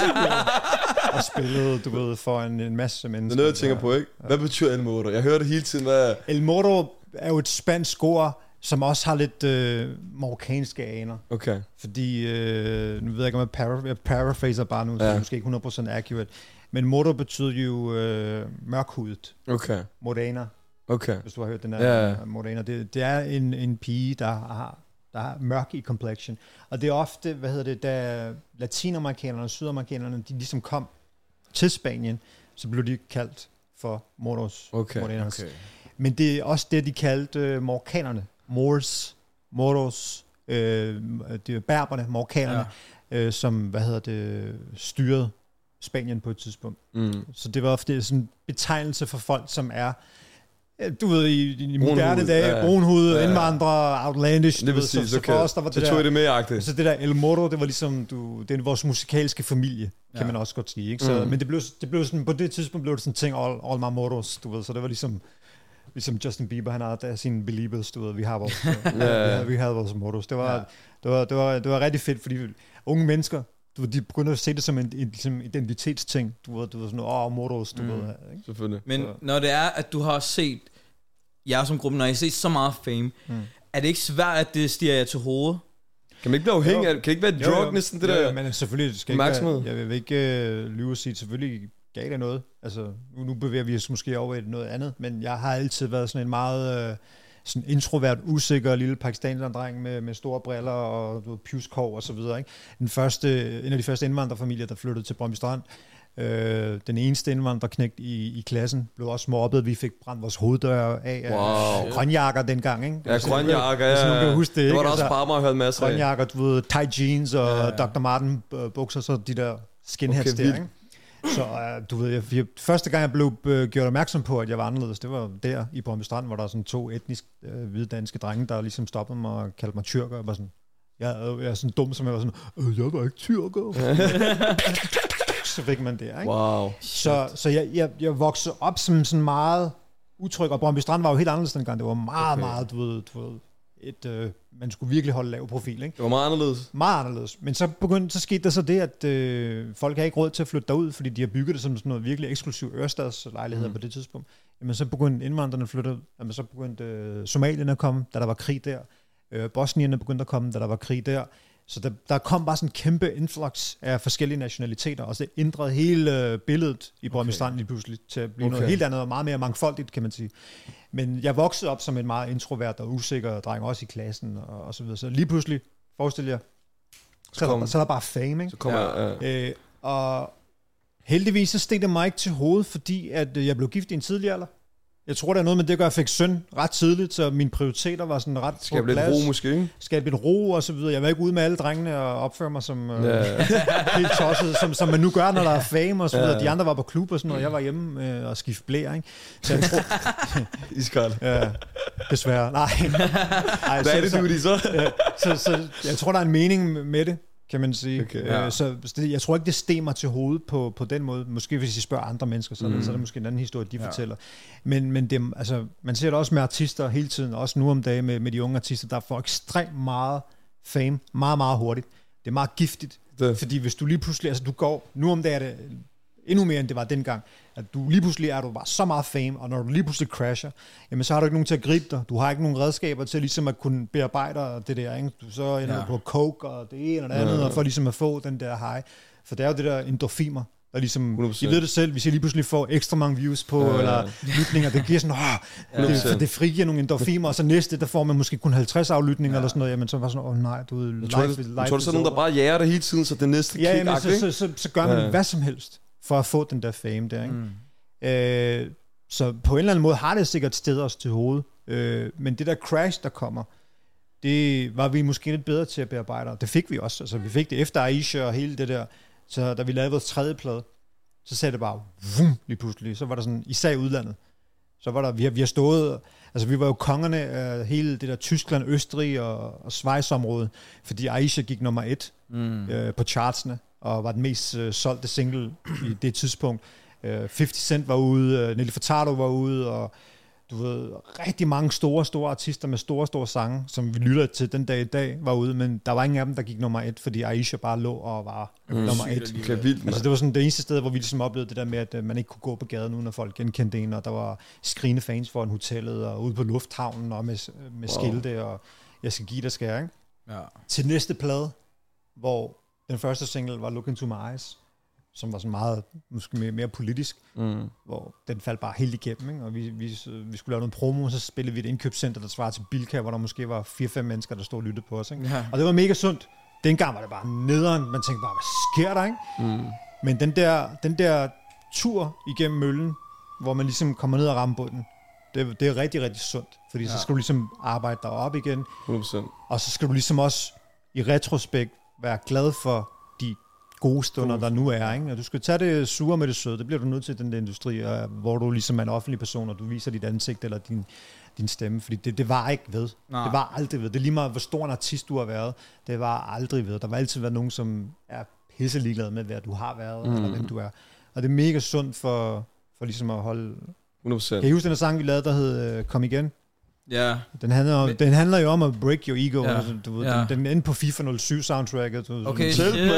og spillet, du ved, for en, en masse Det mennesker. er noget, jeg tænker på, ikke? Hvad betyder El Motor? Jeg hører det hele tiden, hvad... El Moro er jo et spansk ord, som også har lidt øh, marokkanske aner. Okay. Fordi, øh, nu ved jeg ikke, om jeg, para- jeg paraphraser bare nu, så Ja. det er måske ikke hundrede procent accurate. Men Moro betyder jo øh, mørkhudet. Okay. Morena, Okay. hvis du har hørt den Ja, her ja. Morena. Det, det er en, en pige, der har, der har mørk i complexion. Og det er ofte, hvad hedder det, da latinamerikanerne og sydamerikanerne, de ligesom kom til Spanien, så blev de kaldt for Moros. Okay. Morenas. Okay. Men det er også det, de kaldte øh, marokkanerne. Moors, Moros, øh, det er berberne, marokkanerne, ja. øh, som, hvad hedder det, styrede Spanien på et tidspunkt. Mm. Så det var ofte sådan en betegnelse for folk, som er, øh, du ved, i, i Brunhud, moderne dage, ja, ja. brunhud, Ja, ja. indvandrere, outlandish, Det du vil ved, sige, så, så for okay. os, der var Så det tog I der, det med agtigt. så det der El Moro, det var ligesom, du, det er vores musikalske familie, kan Ja. man også godt sige. Ikke? Så, Mm. Men det blev, det blev sådan, på det tidspunkt blev det sådan en ting, all, all my moros, du ved, så det var ligesom, ligesom Justin Bieber, han har der sine believers, du ved, vi har vores, Ja, vi, ja. har, vi havde vores motos. Det var, Ja. det, var, det, var, det var rigtig fedt, fordi unge mennesker, du ved, de begynder at se det som en, en ligesom identitetsting, du ved, du ved sådan, åh, oh, motos, du Mm. ved, ikke? Selvfølgelig. Men Så- når det er, at du har set jer som gruppe, når I har set så meget fame, Mm. er det ikke svært, at det stiger jer til hovedet? Kan man ikke blive afhængig Jo. af det? Kan det ikke være et drug næsten, det jo, der? jo, men selvfølgelig det skal ikke opmærksomhed? være, jeg vil ikke øh, lyve og sige, selvfølgelig gav det noget. Altså, nu, nu bevæger vi os måske over i noget andet, men jeg har altid været sådan en meget øh, sådan introvert, usikker lille pakistaner-dreng med, med store briller og du ved, pjuskår og så videre. Ikke? Den første, en af de første indvandrerfamilier, der flyttede til Brøndby Strand, Øh, den eneste indvandrerknægt i, i klassen blev også mobbet. Vi fik brændt vores hoveddøre af. Wow. Grønjakker dengang, ikke? Ja, grønjakker, ja. Hvis nogen kan huske det, det ikke? var der også Altså, bare mig at høre en masse af. grønjakker, du ved, tight jeans og Ja, ja. doktor Marten øh, bukser, så de der skinheads Okay, der, vildt. ikke? Så øh, du ved, jeg, jeg, første gang jeg blev øh, gjort opmærksom på, at jeg var anderledes, det var der i Brøndby Strand, hvor der var sådan to etnisk øh, hvide danske drenge, der ligesom stoppede mig og kaldte mig tyrker. Jeg var sådan, jeg, jeg er sådan dum, som jeg var sådan, øh, jeg var ikke tyrker. Så fik man det, ikke? Wow. Så, så jeg, jeg, jeg voksede op som sådan meget utryg, og Brøndby Strand var jo helt anderledes dengang. Det var meget, Okay. okay. meget, du ved, du ved et, øh, man skulle virkelig holde lav profil, ikke? Det var meget anderledes. Meget anderledes. Men så, begyndte, så skete der så det, at øh, folk har ikke råd til at flytte derud, fordi de har bygget det som sådan noget virkelig eksklusiv Ørestadslejligheder mm. på det tidspunkt. Jamen så begyndte indvandrerne at flytte ud. Jamen så begyndte øh, somalierne at komme, da der var krig der. Øh, bosnierne begyndte at komme, da der var krig der. Så der, der kom bare sådan en kæmpe influx af forskellige nationaliteter, og så det ændrede hele øh, billedet i Brøndby Strand lige pludselig til at blive okay. noget helt andet og meget mere mangfoldigt, kan man sige. Men jeg voksede op som en meget introvert og usikker dreng, også i klassen og, og så videre. Så lige pludselig, forestil jer, så, så, er der, så er der bare fame, ikke? Så kommer Ja. jeg... Ja. Øh, og heldigvis så steg det mig ikke til hovedet, fordi at øh, jeg blev gift i en tidlig alder. Jeg tror, der er noget med det, at jeg fik søn ret tidligt, så mine prioriteter var sådan ret Skabe lidt ro måske, ikke? Skabe lidt ro og så videre. Jeg var ikke ude med alle drengene og opføre mig som øh, Ja. helt tosset, som, som man nu gør, når der er fame og så videre. Ja. De andre var på klub og sådan noget, og jeg var hjemme øh, og skifte blære, ikke? Så jeg tror... Iskoldt. ja, desværre. Nej. Ej, Hvad er det, så, du er så? ja, så, så jeg tror, der er en mening med det, kan man sige. Okay, ja. ja. øh, så så det, jeg tror ikke, det stemmer mig til hovedet på, på den måde. Måske hvis I spørger andre mennesker, så, mm. så er det måske en anden historie, de Ja. fortæller. Men, men det, altså, man ser det også med artister hele tiden, også nu om dagen med, med de unge artister, der får ekstremt meget fame, meget, meget hurtigt. Det er meget giftigt, Det. fordi hvis du lige pludselig, altså du går, nu om dagen er det endnu mere, end det var dengang, at du lige pludselig er du bare så meget fame, og når du lige pludselig crasher, jamen så har du ikke nogen til at gribe dig. Du har ikke nogen redskaber til ligesom at kunne bearbejde det der, ikke? Du så ender Ja. ja. på coke og det ene og det andet, Ja. og for ligesom at få den der high. For det er jo det der endorfimer, der ligesom, hundrede procent. I ved det selv, hvis jeg lige pludselig får ekstra mange views på, Ja. ja. eller lytninger, det giver sådan, åh, hundrede det, procent. det frigiver nogle endorfimer, og så næste, der får man måske kun halvtreds aflytninger, ja. eller sådan noget, jamen så var sådan, åh oh, nej, du ved, Jeg tror, life, det, life jeg tror, det er is sådan nogen, der over. bare jager det hele tiden, så det næste Ja, kick jamen, så, så, så, så gør man Ja. hvad som helst, for at få den der fame der, ikke? Mm. Øh, så på en eller anden måde har det sikkert stedet os til hovedet. Øh, men det der crash, der kommer, det var vi måske lidt bedre til at bearbejde. Og det fik vi også. Altså, vi fik det efter Aisha og hele det der. Så da vi lavede vores tredje plade, så sagde det bare vum, lige pludselig. Så var der sådan, især i udlandet, så var der, vi har, vi har stået, altså vi var jo kongerne af hele det der Tyskland, Østrig og, og Schweiz-området, fordi Aisha gik nummer et Mm. øh, på chartsene, og var den mest øh, solgte single i det tidspunkt. Øh, halvtreds Cent var ude, øh, Nelly Furtado var ude, og du ved, rigtig mange store, store artister med store, store sange, som vi lytter til den dag i dag, var ude, men der var ingen af dem, der gik nummer et, fordi Aisha bare lå og var mm. nummer et. Okay, vildt, Altså det var sådan det eneste sted, hvor vi ligesom oplevede det der med, at øh, man ikke kunne gå på gaden, uden at folk genkendte en, og der var skrigende fans foran hotellet, og ude på lufthavnen, og med, med Wow. skilte, og jeg skal give dig skal jeg, ikke? Ja. Til næste plade, hvor den første single var Look Into My Eyes, som var sådan meget, måske mere, mere politisk, Mm. hvor den faldt bare helt igennem, ikke? Og vi, vi, vi skulle lave noget promo, og så spillede vi et indkøbscenter, der svarede til Bilka, hvor der måske var fire fem mennesker, der stod og lyttede på os, ikke? Ja. Og det var mega sundt. Dengang var det bare nederen. Man tænkte bare, hvad sker der, ikke? Mm. Men den der, den der tur igennem møllen, hvor man ligesom kommer ned og rammer bunden, det, det er rigtig, rigtig sundt. Fordi ja. så skal du ligesom arbejde dig op igen, hundrede procent. og så skal du ligesom også i retrospekt være glad for de gode stunder, der nu er, ikke? Og du skal tage det sure med det søde. Det bliver du nødt til i den der industri, og hvor du ligesom er en offentlig person, og du viser dit ansigt eller din, din stemme, fordi det, det var ikke ved. Nej. Det var aldrig ved. Det er lige meget, hvor stor en artist du har været. Det var aldrig ved. Der vil altid være nogen, som er pisse ligeglade med, hvad du har været, mm. eller hvem du er. Og det er mega sundt for, for ligesom at holde... hundrede procent. Kan I huske den der sang, vi lavede, der hed uh, Kom Igen? Ja. Den handler, om, Men- den handler jo om at break your ego. Ja. Altså, du ved, Ja. den, den endte på FIFA nul syv soundtracket. Du ved, Okay, Tæt shit,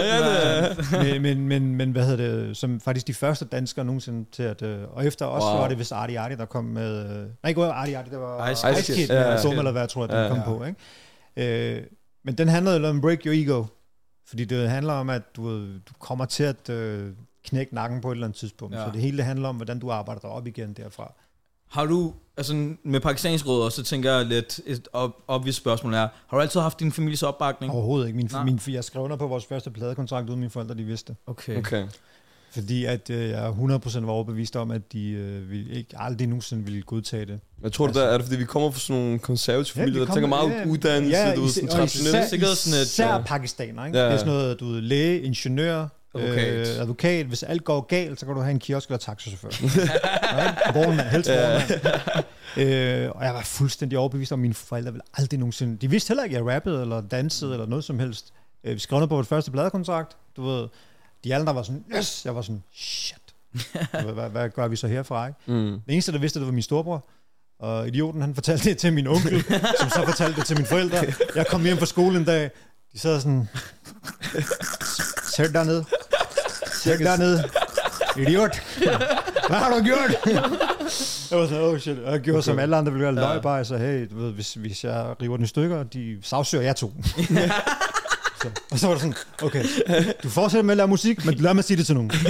med man. men, men, men, men hvad hedder det, som faktisk de første danskere nogensinde til at, øh, og efter os Wow. var det vist Artie Artie, der kom med, øh, nej ikke Artie Artie, det var Ice Ice, Kid. Ice Kid, Ja, ja, ja. Bum eller hvad, tror jeg, den Ja, kom ja. på, ikke? Øh, men den handlede jo om break your ego, fordi det handler om, at du, ved, du kommer til at øh, knække nakken på et eller andet tidspunkt, Ja. så det hele det handler om, hvordan du arbejder dig op igen derfra. Har du, altså med pakistansk rødder, så tænker jeg lidt, et op, obvious spørgsmål er, har du altid haft din families opbakning? Overhovedet ikke. Min, Nej. min, jeg skrev under på vores første pladekontrakt, uden mine forældre, de vidste. Okay. Okay. Fordi at øh, jeg er hundrede procent var overbevist om, at de øh, vil ikke aldrig nogensinde ville godtage det. Jeg tror, altså, det er, er det, fordi vi kommer fra sådan nogle konservative Ja, familier, vi der tænker kommer- meget ja, uddannelse, ja, du ved, især- sådan og traditionelt. især- Sikkert sådan et- Især ja. pakistaner, ikke? Ja, Det ja. er sådan noget, du ved, læge, ingeniør, Advokat. Øh, advokat. Hvis alt går galt, så kan du have en kiosk eller taxachauffør. Right? Vognmand, helst vognmand. Øh, og jeg var fuldstændig overbevist om, at mine forældre ville aldrig nogensinde... De vidste heller ikke, at jeg rappede eller dansede eller noget som helst. Øh, vi skrev ned på vores første pladekontrakt. Du ved, de andre var sådan, yes! Jeg var sådan, shit. Hvad, hvad, hvad gør vi så herfra, ikke? Mm. Den eneste, der vidste, det var min storebror. Og idioten, han fortalte det til min onkel, som så fortalte det til mine forældre. Jeg kom hjem fra skole en dag. De sad sådan... Sæt dig ned. Sæt dig ned. Idiot. Hvad har du gjort? Jeg var sådan, oh shit. Og jeg gjorde okay. som alle andre ville gøre løg bare. Jeg sagde, hey, du ved, hvis, hvis jeg river den i stykker, de sagsøger jeg to. så, og så var det sådan, okay, du fortsætter med at lave musik, men lad mig sige det til nogen.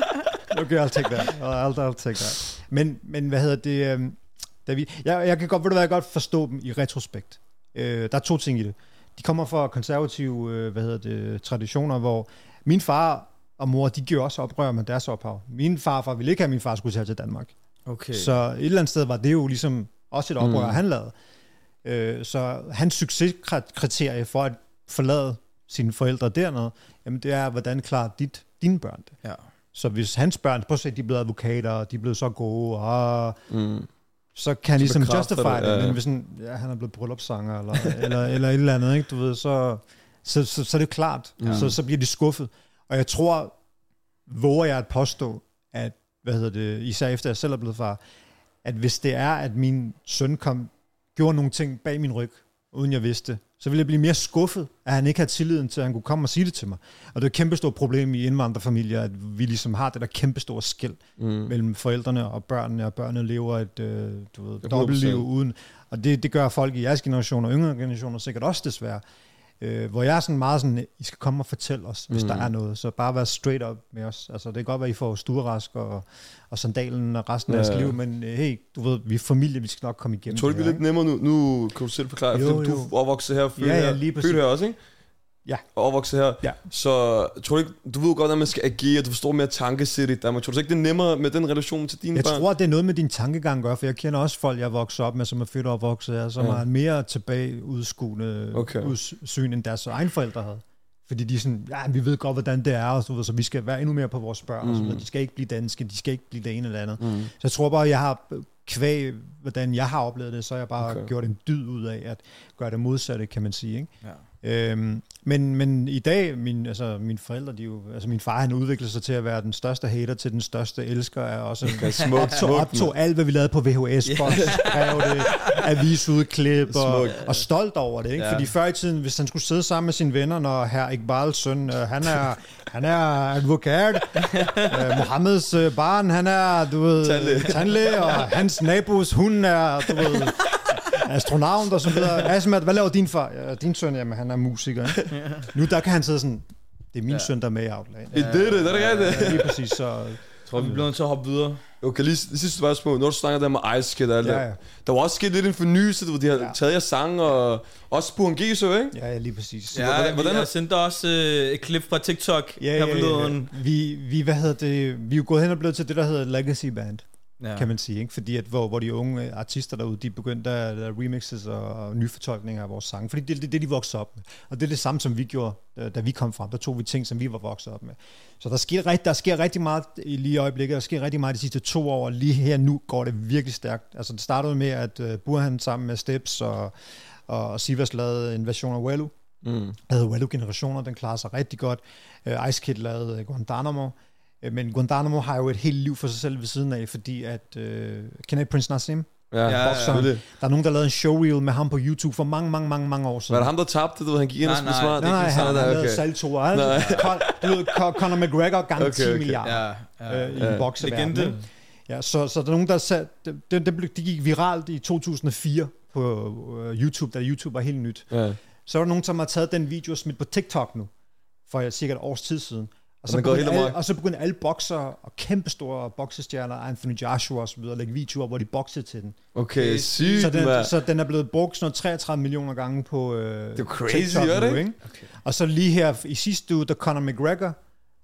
Okay, I'll take that. I'll, I'll take that. Men, men hvad hedder det... Um, da vi, jeg, jeg kan godt, ved du hvad, jeg kan godt forstå dem i retrospekt. Uh, der er to ting i det. De kommer fra konservative, uh, hvad hedder det, traditioner, hvor min far og mor, de gjorde også oprør med deres ophav. Min farfar ville ikke have, at min far skulle tage til Danmark. Okay. Så et eller andet sted var det jo ligesom også et oprør, mm. han lavede. Uh, så hans succeskriterie for at forlade sine forældre dernede, jamen det er, hvordan klarer dit, dine børn det. Ja. Så hvis hans børn, prøv at se, de er blevet advokater, og de er blevet så gode, og Mm. så kan han ligesom bekræfter justify det, det, ja, ja. men hvis sådan, ja, han er blevet bryllupssanger, eller, eller, eller et eller andet, ikke, du ved, så, så, så, så er det klart, Ja. så, så bliver de skuffet. Og jeg tror, våger jeg at påstå, at, hvad hedder det, især efter jeg selv er blevet far, at hvis det er, at min søn kom, gjorde nogle ting bag min ryg, uden jeg vidste, så ville jeg blive mere skuffet, at han ikke havde tilliden til, at han kunne komme og sige det til mig. Og det er et kæmpestort problem i indvandrerfamilier, at vi ligesom har det der kæmpestore skel Mm. mellem forældrene og børnene, og børnene lever et øh, du ved, hundrede dobbeltliv procent. uden. Og det, det gør folk i jeres generation og yngre generationer sikkert også desværre. Øh, hvor jeg er sådan meget sådan, I skal komme og fortælle os, hvis Mm. der er noget. Så bare være straight up med os. Altså det kan godt være, I får stuerask og, og sandalen og resten af Ja. jeres liv, men øh, hey, du ved, vi er familie, vi skal nok komme igennem Jeg tror, det det bliver her, lidt nemmere nu. Nu kan du selv forklare, Jo, fordi du jo. er opvokset her, født Ja, ja, her, lige præcis. født her også, ikke? Ja. Og opvokset her. Ja. Så tror du ikke, du ved godt, at man skal agere, du forstår mere tankesæt i Danmark. Tror du så ikke, det er nemmere med den relation til dine Jeg børn? tror, det er noget med din tankegang gør, for jeg kender også folk, jeg er vokset op med, som er født og opvokset her, som Ja. har en mere tilbage udskuende Okay. udsyn, end deres egen forældre havde. Fordi de er sådan, ja, vi ved godt, hvordan det er, og så, videre, så vi skal være endnu mere på vores børn, mm. og så videre. De skal ikke blive danske, de skal ikke blive det ene eller andet. Mm. Så jeg tror bare, jeg har kvæg, hvordan jeg har oplevet det, så har jeg bare Okay. okay. gjort en dyd ud af at gøre det modsatte, kan man sige, ikke? Ja. Øhm, men, men i dag, min, altså, mine forældre, de er jo, altså min far, han udviklede sig til at være den største hater til den største elsker, er også Okay, smukt, optog, smukt, optog alt, hvad vi lavede på V H S-bånd, skrev det, avisudklip, og, Smukt. og stolt over det, ikke? Ja. Fordi før i tiden, hvis han skulle sidde sammen med sine venner, når herr Iqbals søn, øh, han er, han er advokat, øh, Mohammeds øh, barn, han er, du ved, Tandlæge. tandlæge, og hans nabos, hun er, du ved, astronaut og så videre. Asmat, hvad laver din far? Ja, din søn, jamen han er musiker. Ikke? Nu der kan han sidde sådan, det er min ja. søn, der er med i Outland. Det er det, det er det rigtigt. Ja, lige præcis, så... Jeg tror, vi bliver nødt til at hoppe videre. Okay, lige det sidste spørgsmål. Når du snakker der med Ice Kid og alt Ja, det. ja. Der var også sket lidt en fornyelse, hvor de har Ja. taget jeres sang, og også Burhan G, så, ikke? Ja, ja, lige præcis. Ja, hvordan- hvordan, hvordan- jeg sendte også øh, et klip fra TikTok Ja, her ja, forleden. ja. Vi, vi, hvad hedder det, vi er jo gået hen og blevet til det, der hedder Legacy Band, Ja. kan man sige. Ikke? Fordi at, hvor, hvor de unge artister derude, de begyndte at lave remixes og, og nye fortolkninger af vores sang. Fordi det er det, det, de voksede op med. Og det er det samme, som vi gjorde, da, da vi kom frem. Der tog vi ting, som vi var vokset op med. Så der sker, rigt, der sker rigtig meget i lige i øjeblikket. Der sker rigtig meget de sidste to år. Lige her nu går det virkelig stærkt. Altså det startede med, at uh, Burhan sammen med Steps og, og Sivas lavede en version af Wellu. Mm. Der hedder Wellu-generationer, den klarer sig rigtig godt. Uh, Ice Kid lavede uh, Guantanamo. Uh, men Guantanamo har jo et helt liv for sig selv ved siden af, fordi at... Uh, kender I Prince Nassim? Ja, Ja, ja, bokseren. selvfølgelig. Der er nogen, der lavede en showreel med ham på YouTube for mange, mange, mange, mange år siden. Var det ham, der tabte, du ved, han gik ind og Nej, spiste nej, smart? Nej, nej, ikke han har sådan, lavet okay. salto. Altså, Con- du ved, Con- Conor McGregor gange Okay, ti okay. milliarder Ja, ja. øh, i Ja. en bokseverden. Legende. ikke? Ja, så, så der er nogen, der sagde, det, det, det, blev- det gik viralt i to tusind og fire på uh, YouTube, da YouTube var helt nyt. Ja. Så er der nogen, som har taget den video og smidt på TikTok nu, for cirka et års tid siden. Og så, den går begyndte helt alle, amok. og så begyndte alle boksere og kæmpestore boksestjerner, Anthony Joshua og så videre, at lægge videoer, hvor de boksede til den. Okay, Okay, sygt, Så den, mand. så den er blevet brugt sådan noget treogtredive millioner gange på øh, Det er crazy, TikTok er det nu, ikke? ikke? Og så lige her i sidste uge, da Conor McGregor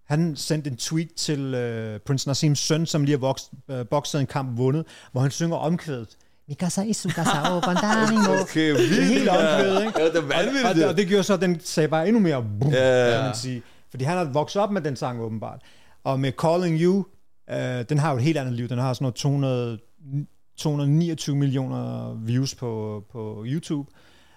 Han sendte en tweet til øh, Prince Naseems søn, som lige har vokset, øh, bokset en kamp vundet, hvor han synger omkvædet. Mikasa isu kasao bandanimo. Okay, Det er helt omkvædet, ikke? Ja, det er vanvittigt. Og, og, og det gjorde så, at den sagde bare endnu mere boom, Ja, ja. kan man sige. Fordi han har vokset op med den sang åbenbart. Og med Calling You, øh, den har jo et helt andet liv. Den har sådan noget to hundrede, to hundrede og niogtyve millioner views på, på YouTube.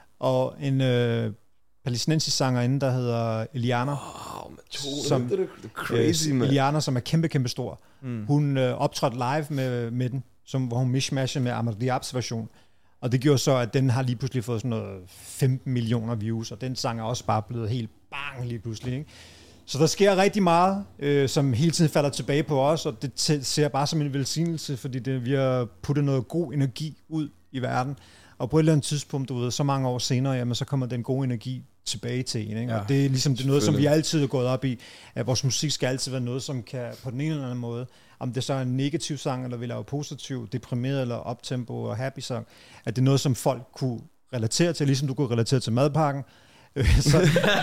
Og en øh, palæstinensisk sangerinde, der hedder Eliana. Wow, man, to, Som- det er crazy, øh, man. Eliana, som er kæmpe, kæmpe stor. Mm. Hun øh, optrådte live med, med den, som, hvor hun mishmashede med Amar Diabs version. Og det gjorde så, at den har lige pludselig fået sådan noget femten millioner views, og den sang er også bare blevet helt bang lige pludselig, ikke? Så der sker rigtig meget, øh, som hele tiden falder tilbage på os, og det t- ser jeg bare som en velsignelse, fordi det, vi har puttet noget god energi ud i verden. Og på et eller andet tidspunkt, du ved, så mange år senere, jamen, så kommer den gode energi tilbage til en. Ikke? Ja, Og det er ligesom det er noget, som vi selvfølgelig. altid har gået op i, at vores musik skal altid være noget, som kan på den ene eller anden måde, om det så er en negativ sang, eller vi laver positiv, deprimeret eller uptempo og happy sang, at det er noget, som folk kunne relatere til, ligesom du kunne relatere til madpakken. så, så,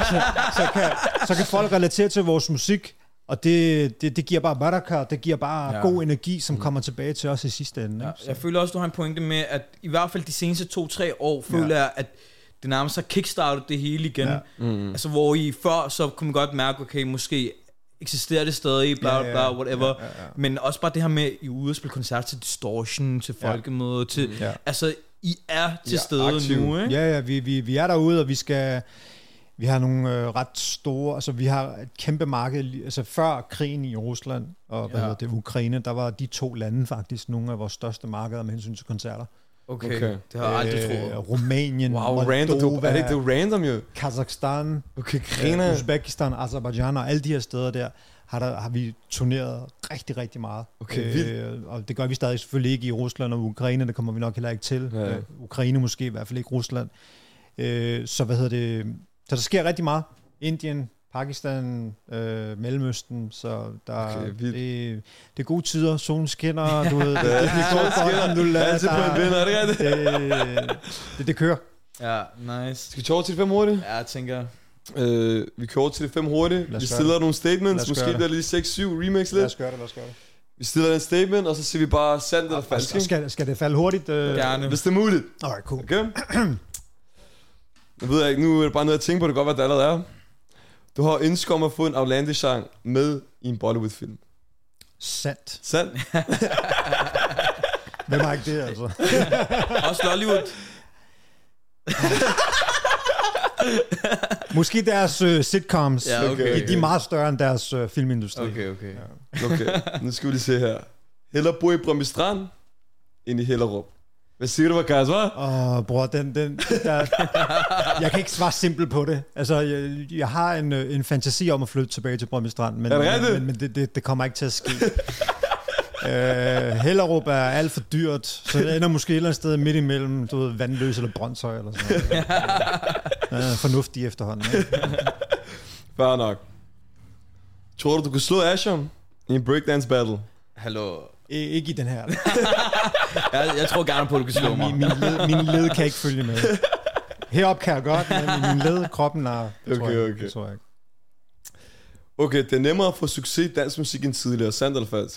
så, kan, så kan folk relatere til vores musik, og det, det, det giver bare baraka, det giver bare Ja. ja. god energi, som kommer tilbage til os i sidste ende. Ja, Ikke? jeg føler også, du har en pointe med, at i hvert fald de seneste to-tre år, føler Ja. jeg, at det nærmest har kickstartet det hele igen. Ja. Mm. Altså, hvor I før, så kunne man godt mærke, okay, måske eksisterer det stadig, bla bla bla, whatever. Ja, ja, ja. Men også bare det her med, I er ude og spille koncert til Distortion, til Ja. Folkemøde, til... Ja. Altså, I er til Ja, stede aktiv. nu, ikke? Ja, ja, vi, vi, vi er derude, og vi skal... Vi har nogle øh, ret store... Altså, vi har et kæmpe marked. Altså, før krigen i Rusland og hvad Ja. hedder det, Ukraine, der var de to lande faktisk nogle af vores største markeder med hensyn til koncerter. Okay, Okay. okay. Det har jeg aldrig troet. Rumænien, Wow, random. Du, Moldova, er det ikke det er random, jo? Kazakhstan, Okay, øh, griner. Uzbekistan, Azerbaijan og alle de her steder der, har, der, har vi turneret rigtig, rigtig meget. Okay, vildt. og det gør vi stadig selvfølgelig ikke i Rusland og Ukraine, det kommer vi nok heller ikke til. Ja. Øh, Ukraine måske, i hvert fald ikke Rusland. Øh, så hvad hedder det... Så der sker rigtig meget. Indien, Pakistan, øh, Mellemøsten, så der Okay, det, vildt. det er gode tider, solen skinner, du ved, det, det, Ja, det går godt, alhamdulillah, Altid på en der- vinder, er det rigtigt? det, det, det kører. Ja, nice. Skal vi køre over til de fem hurtigt? Ja, jeg tænker... Øh, vi kører over til de fem hurtigt. Lad os Vi gøre stiller det. nogle Lad statements. os Måske gøre det. bliver det lige seks syv remix Lad lidt. os gøre det, lad os gøre det. Vi stiller en statement, og så siger vi bare sandt eller Og falsk. ikke? skal, skal det falde hurtigt? Øh? Gerne. Hvis det er muligt. Alright, cool. Okay? Nu ved jeg ikke, nu er det bare noget at tænke på, det kan godt være, det allerede er. Du har ønsket om at få en Outlandish-sang med i en Bollywood-film. Sandt. Sandt? Hvem har ikke det, altså? Også Lollywood. Måske deres øh, sitcoms. Ja, okay, De, de er meget større end deres øh, filmindustri. Okay, okay. Okay, nu skal vi lige se her. Hellere bo i Brøndby Strand, end i Hellerup. Hvad siger du, Vakas, hva'? Åh, oh, bror, den, den, der, jeg kan ikke svare simpelt på det. Altså, jeg, jeg har en, øh, en fantasi om at flytte tilbage til Brøndby Strand, men, Er det rigtigt? men, men det, det, det kommer ikke til at ske. øh, Hellerup er alt for dyrt, så jeg ender måske et eller andet sted midt imellem, du ved, Vandløs eller Brøndshøj eller sådan noget. Ja, fornuftig efterhånden. Ja. Fair nok. Tror du, du kan slå Asham i en breakdance battle? Hallo. I, ikke i den her. Jeg, jeg tror gerne på, at du kan slå mig. Min, min, led, min led kan ikke følge med. Herop kan jeg godt, men min led, kroppen er... Okay, tror jeg, okay. Det tror jeg ikke. Okay, det er nemmere at få succes i dansk musik end tidligere. Sandt eller falsk?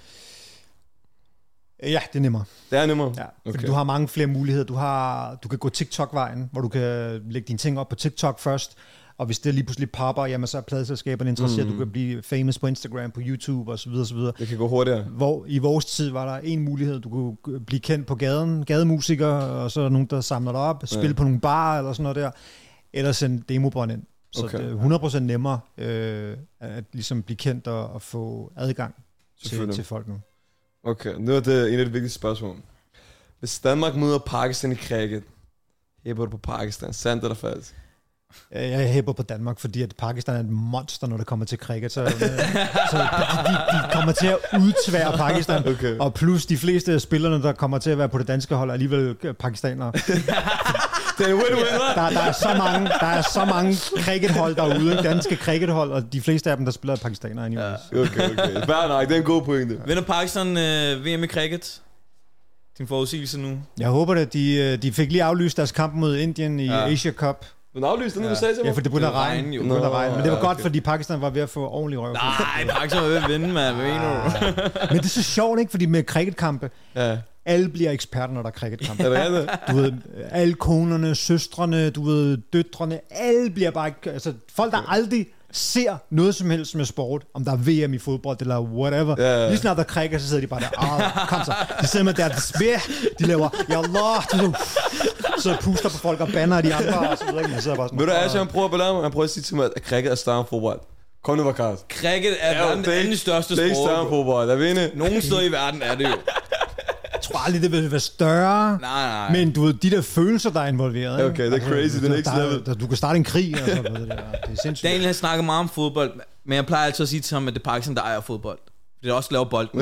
Ja, det er nemmere. Det er nemmere? Ja, fordi Okay. du har mange flere muligheder. Du, har, du kan gå TikTok-vejen, hvor du kan lægge dine ting op på TikTok først, og hvis det lige pludselig popper, jamen så er pladeselskaberne interesseret. Mm. Du kan blive famous på Instagram, på YouTube osv. osv. Det kan gå hurtigere. Hvor i vores tid var der en mulighed. Du kunne blive kendt på gaden, gademusiker, og så er der nogen, der samler dig op, spille Ja. på nogle barer eller sådan noget der, eller sende demobånd ind. Så Okay. det er hundrede procent nemmere øh, at ligesom blive kendt og, og få adgang til, Selvfølgelig. til folk nu. Okay, nu er det en af de vigtigste spørgsmål. Hvis Danmark møder Pakistan i cricket, hæber du på Pakistan? Sandt eller falsk? Jeg jeg hæpper på Danmark, fordi at Pakistan er et monster, når det kommer til cricket. Så, øh, så de, de, de kommer til at udtvære Pakistan. Okay. Og plus de fleste af spillerne, der kommer til at være på det danske hold, er alligevel pakistanere. Det er en win-win, hva'? Der, der, er så mange, der er så mange crickethold derude, danske crickethold, og de fleste af dem, der spiller, er pakistanere anyways. Ja. Okay, okay. Fair nok, det er en god pointe. Vinder Pakistan øh, V M i cricket? Din forudsigelse nu? Jeg håber det. De, øh, de fik lige aflyst deres kamp mod Indien i Ja. ja. Asia Cup. Den aflyste, den du sagde til mig? Ja, for det begyndte at regne. jo. Det begyndte at regne. Men det var ja, godt, okay. fordi Pakistan var ved at få ordentlig røv. Nej, Pakistan var ved at vinde, mand. Hvad mener du? Men det er så sjovt, ikke? Fordi med cricketkampe, Ja. alle bliver eksperter, når der er cricketkampe. Er det andet? Du ved, alle konerne, søstrene, du ved, døtrene, alle bliver bare... Altså, folk, der aldrig ser noget som helst med sport, om der er V M i fodbold eller whatever. Ja, ja. Lige snart der cricket, så sidder de bare der, ah, kom så. De sidder med der, de laver, ja Allah, de så, så puster på folk og banner de andre, og så videre. Man sidder bare sådan, Ved du, Asher, han prøver at belære mig, han prøver at sige til mig, at cricket er større end fodbold. Kom nu, Vakas. Cricket er den anden største Det er ikke større end sport. fodbold, er vi inde? Nogle steder i verden er det jo. jeg tror aldrig, det vil være større. Nej, nej. Men du ved, de der følelser, der er involveret. Okay, det er crazy, det er next der, level. Der, du kan starte en krig, og så videre. Det er sindssygt. Daniel har snakket meget om fodbold, men jeg plejer altid at sige til ham, at det er Pakistan, der ejer fodbold. Det er også laver bolden.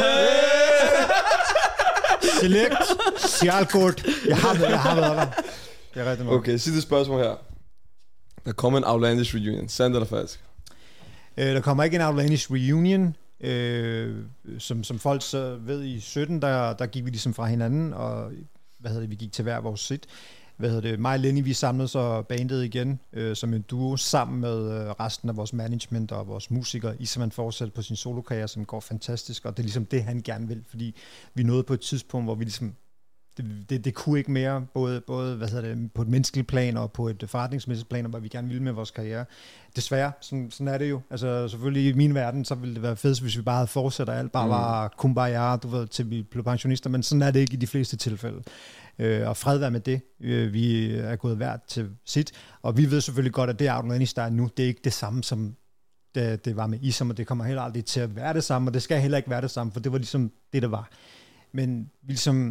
Select, Sialkort. Jeg har været, jeg har været der. Det er rigtig nok. Okay, sidste spørgsmål her. Der kommer en Outlandish reunion. Sandt eller falsk? Øh, der kommer ikke en Outlandish reunion. Øh, som, som folk så ved i sytten, der, der gik vi ligesom fra hinanden, og hvad hedder det, vi gik til hver vores sit. Hvad hedder det, mig og Lenny, vi samlede så bandet igen øh, som en duo, sammen med øh, resten af vores management og vores musikere. Isam fortsætter på sin solokarriere, som går fantastisk, og det er ligesom det, han gerne vil, fordi vi nåede på et tidspunkt, hvor vi ligesom Det, det, det kunne ikke mere, både, både hvad hedder det, på et menneskeligt plan og på et forretningsmæssigt plan, og hvad vi gerne ville med vores karriere. Desværre, sådan, sådan er det jo. Altså selvfølgelig i min verden, så ville det være fedt, hvis vi bare havde fortsat, og alt bare mm. var kumbaya, du ved, til vi blev pensionister, men sådan er det ikke i de fleste tilfælde. Øh, og fred være med det. Øh, vi er gået hvert til sit, og vi ved selvfølgelig godt, at det Outlandish, der er nu, det er ikke det samme som det, det var med Isam, og det kommer heller aldrig til at være det samme, og det skal heller ikke være det samme, for det var ligesom det, der var. Men vi ligesom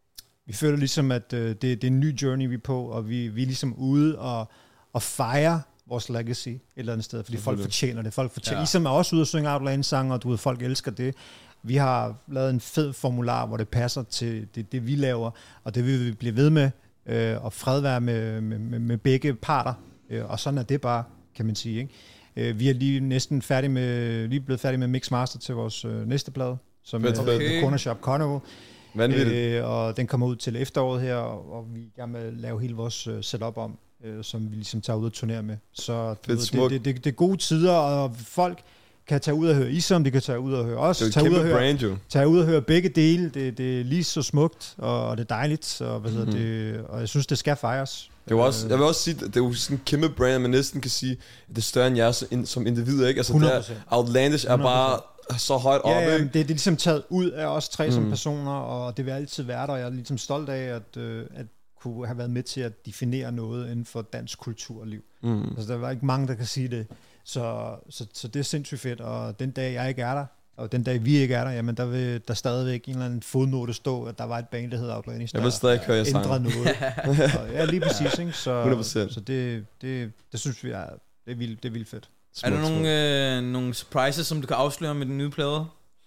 Vi føler ligesom, at øh, det, det er en ny journey, vi er på, og vi, vi er ligesom ude og, og fejre vores legacy et eller andet sted, fordi folk fortjener det. Folk fortjener. Ja. Isam er også ude og synge Outland-sange, og du ved, folk elsker det. Vi har lavet en fed formular, hvor det passer til det, det vi laver, og det vil vi blive ved med, øh, og fred være med, med, med, med begge parter, øh, og sådan er det bare, kan man sige. Ikke? Øh, vi er lige næsten færdige med, lige blevet færdige med Mixmaster til vores øh, næste plade, som er Okay. The Corner Shop Carnival. Vanvittigt. Øh, og den kommer ud til efteråret her, og, og vi er gerne med at lave hele vores uh, setup om, øh, som vi ligesom tager ud og turnerer med. Så du ved, det, det, det, det er gode tider, og folk kan tage ud og høre Isam, de kan tage ud og høre os. Det er tage ud og høre, brand, jo. tage ud og høre begge dele. Det, det er lige så smukt, og, og det er dejligt, og, hvad hedder Mhm. det, og jeg synes, det skal fejres. Det var også, jeg vil også sige, at det er jo sådan en kæmpe brand, man næsten kan sige, at det er større end jer som, som individer, ikke? Altså, hundrede der, procent. Outlandish er bare så højt Ja, oppe, ja, ikke? det, det er ligesom taget ud af os tre mm. som Mm. personer, og det vil altid være der, og jeg er ligesom stolt af, at, øh, at kunne have været med til at definere noget inden for dansk kulturliv. Mm. Altså, der var ikke mange, der kan sige det. Så, så, så det er sindssygt fedt, og den dag, jeg ikke er der, og den dag, vi ikke er der, jamen, der vil der stadigvæk en eller anden fodnote stå, at der var et band, der hedder Outlandish, Jeg vil stadig høre jer ændrede sange. noget. Og, ja, lige præcis, ikke? Så, hundrede procent. så det, det, det synes vi er, det er vildt, det er vildt fedt. Er der Smukt, nogle, øh, nogle surprises, som du kan afsløre med den nye plade?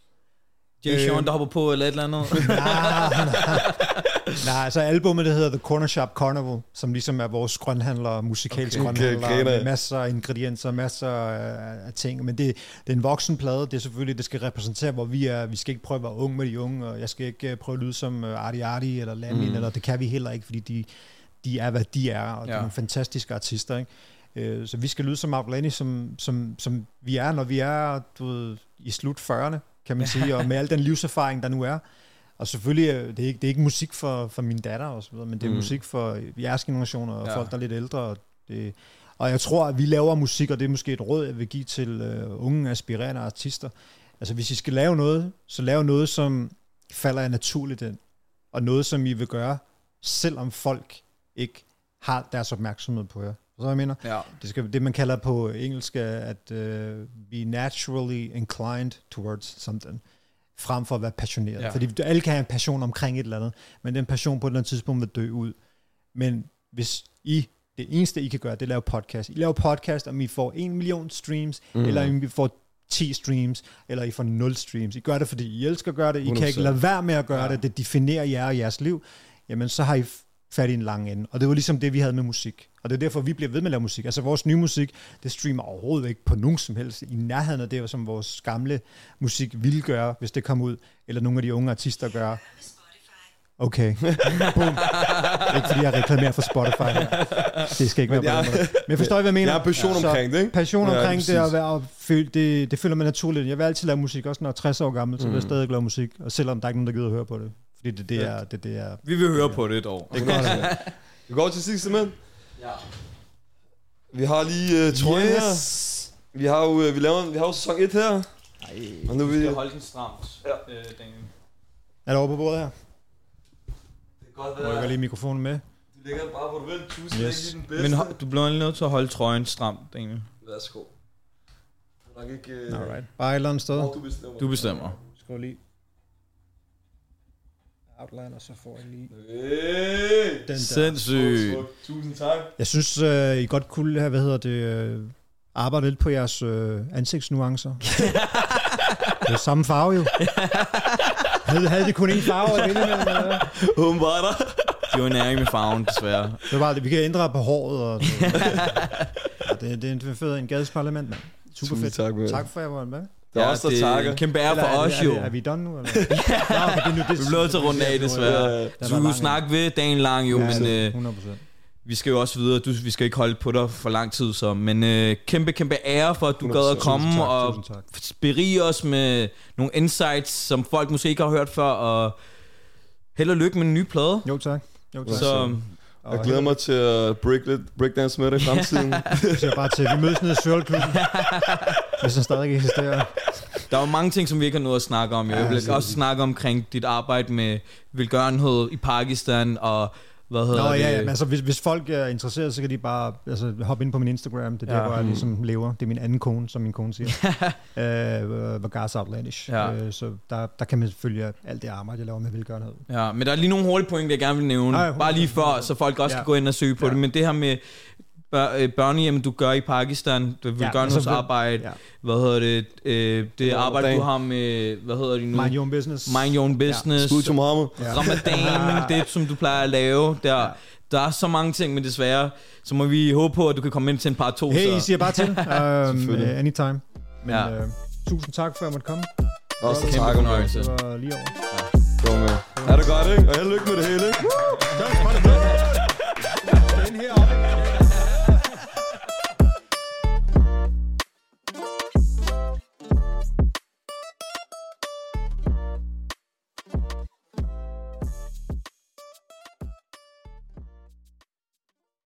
Jay Øh. Sean, der hopper på, eller et eller andet? Nej, nej. Nej, altså albumet, det hedder The Corner Shop Carnival, som ligesom er vores grønhandler, musikalsk Okay, grønhandler, okay, med masser af ingredienser, masser af, af ting. Men det, det er en voksen plade, det er selvfølgelig, det skal repræsentere, hvor vi er. Vi skal ikke prøve at være unge med de unge, og jeg skal ikke uh, prøve at lyde som uh, Arti Arti eller Lamin, mm. eller det kan vi heller ikke, fordi de, de er, hvad de er, og ja. De er nogle fantastiske artister, ikke? Uh, så vi skal lyde som Outlandish, som, som, som vi er, når vi er du ved, i slut fyrrerne, kan man sige, og med al den livserfaring, der nu er. Og selvfølgelig, det er ikke, det er ikke musik for, for min datter og så videre, men det er mm. musik for jeres generationer og ja. Folk, der er lidt ældre. Og, det, og jeg tror, at vi laver musik, og det er måske et råd, jeg vil give til uh, unge, aspirerende artister. Altså, hvis I skal lave noget, så lav noget, som falder jer naturligt ind, og noget, som I vil gøre, selvom folk ikke har deres opmærksomhed på jer. Så jeg mener, Ja. det skal det man kalder på engelsk at uh, be naturally inclined towards something, frem for at være passioneret. Ja. Ja. Fordi alle kan have en passion omkring et eller andet, men den passion på et eller andet tidspunkt vil dø ud. Men hvis I, det eneste I kan gøre, det er at lave podcast. I laver podcast, om I får en million streams, mm. eller om I får ti streams, eller I får nul streams. I gør det, fordi I elsker at gøre det. I hundrede procent. kan ikke lade være med at gøre Ja. det. Det definerer jer og jeres liv. Jamen, så har I fat i en lang ende. Og det var ligesom det, vi havde med musik. Og det er derfor, vi bliver ved med at lave musik. Altså, vores nye musik, det streamer overhovedet ikke på nogen som helst i nærheden af det, som vores gamle musik ville gøre, hvis det kom ud, eller nogle af de unge artister gør. Okay. Boom. Ikke fordi jeg reklamerer for Spotify. Det skal ikke være på den måde. Men jeg forstår, hvad jeg mener. Jeg har passion Så omkring det, ikke? Passion Ja, omkring præcis. det, og være, det, det, det føler man naturligt. Jeg vil altid lave musik, også når jeg er tres år gammel, så vil jeg Mm. stadig lave musik. Og selvom der er ikke nogen, der gider at høre på det. Fordi det, det, er, det, det er... Vi vil høre på det et år. Det går det. Vi går til sidste, mand. Ja. Vi har lige uh, trøjen Yes. her. Vi har jo, uh, vi laver, vi har jo sæson et her. Ej, Og nu er vi... vi skal holde den stramt. Ja. Øh, Daniel. Er der over på bordet her? Det kan godt Må jeg lige mikrofonen med? Du lægger den bare, hvor du vil. Tusind Yes. yes. den bedste. Men ho- du bliver nødt til at holde trøjen stramt, Daniel. Værsgo. Du er nok ikke... Uh... Alright. Bare et eller andet sted. Oh, du bestemmer. Du bestemmer. Skål lige. Outline, og så får jeg lige Hey! den der. Sindssygt. Tusind tak. Jeg synes, uh, I godt kunne have, hvad hedder det, uh, arbejde lidt på jeres uh, ansigtsnuancer. Det er samme farve jo. havde, havde de kun én farve at vinde med? Eller hvad? Åbenbart der. De var næring med farven, desværre. Det var bare, vi kan ændre på håret. Og ja, det, det er en fed en gades parlament, mand. Super Tusind fedt. tak, man. Tak for, at jeg var med. Det er Ja, os, der det er takker. en kæmpe ære Eller for er, os, er, jo. er, er vi done nu? Eller? Nå, okay, det, er nu, det, Vi bliver nødt til at runde af, desværre. Ja. Den Du var kunne lang, snakke ved dagen lang, jo, ja, men øh, hundrede procent. vi skal jo også videre. Du, vi skal ikke holde på dig for lang tid, så. Men øh, kæmpe, kæmpe ære for, at du hundrede gad at procent. komme Tusind tak, og tusind tak. berige os med nogle insights, som folk måske ikke har hørt før, og held og lykke med en ny plade. Jo, tak. Jo, tak. Så Jeg glæder mig til at break lidt, breakdance med dig i fremtiden. Så jeg bare til, vi mødes nede i Sørlklubben. Hvis den stadig eksisterer. der er jo mange ting, som vi ikke har noget at snakke om. Jo. Jeg vil Ja, også snakke omkring dit arbejde med velgørenhed i Pakistan, og hvad hedder Nå det? ja, ja, men altså hvis, hvis folk er interesseret, så kan de bare altså, hoppe ind på min Instagram. Det er der, Ja. hvor jeg ligesom lever. Det er min anden kone, som min kone siger. uh, Vargas Outlandish. Ja. Uh, så der, der kan man følge alt det arbejde, jeg laver med velgørenhed. Ja, men der er lige nogle hurtige point, jeg gerne vil nævne. Nej, Bare lige før, så folk også Ja. kan gå ind og søge på Ja. det. Men det her med bør, øh, børnehjem, du gør i Pakistan, du vil Ja, gøre altså, noget arbejde. Ja. Hvad hedder det? Øh, det Ja, arbejde, Ramadan. du har med, hvad hedder det nu? Mind your own business. Mind your own business. Skud til Mohammed. Ja. Ramadan, det som du plejer at lave. Der, Ja. der er så mange ting, men desværre, så må vi håbe på, at du kan komme ind til en par to. Hey, I så. siger bare til. Um, Selvfølgelig. uh, anytime. Men Ja. uh, tusind tak for, at jeg måtte komme. Også der Kæmpe takker med. fornøjelse. Det var lige over. Kom med. Er det godt, ikke? Og held og lykke med det hele, ikke? Tak,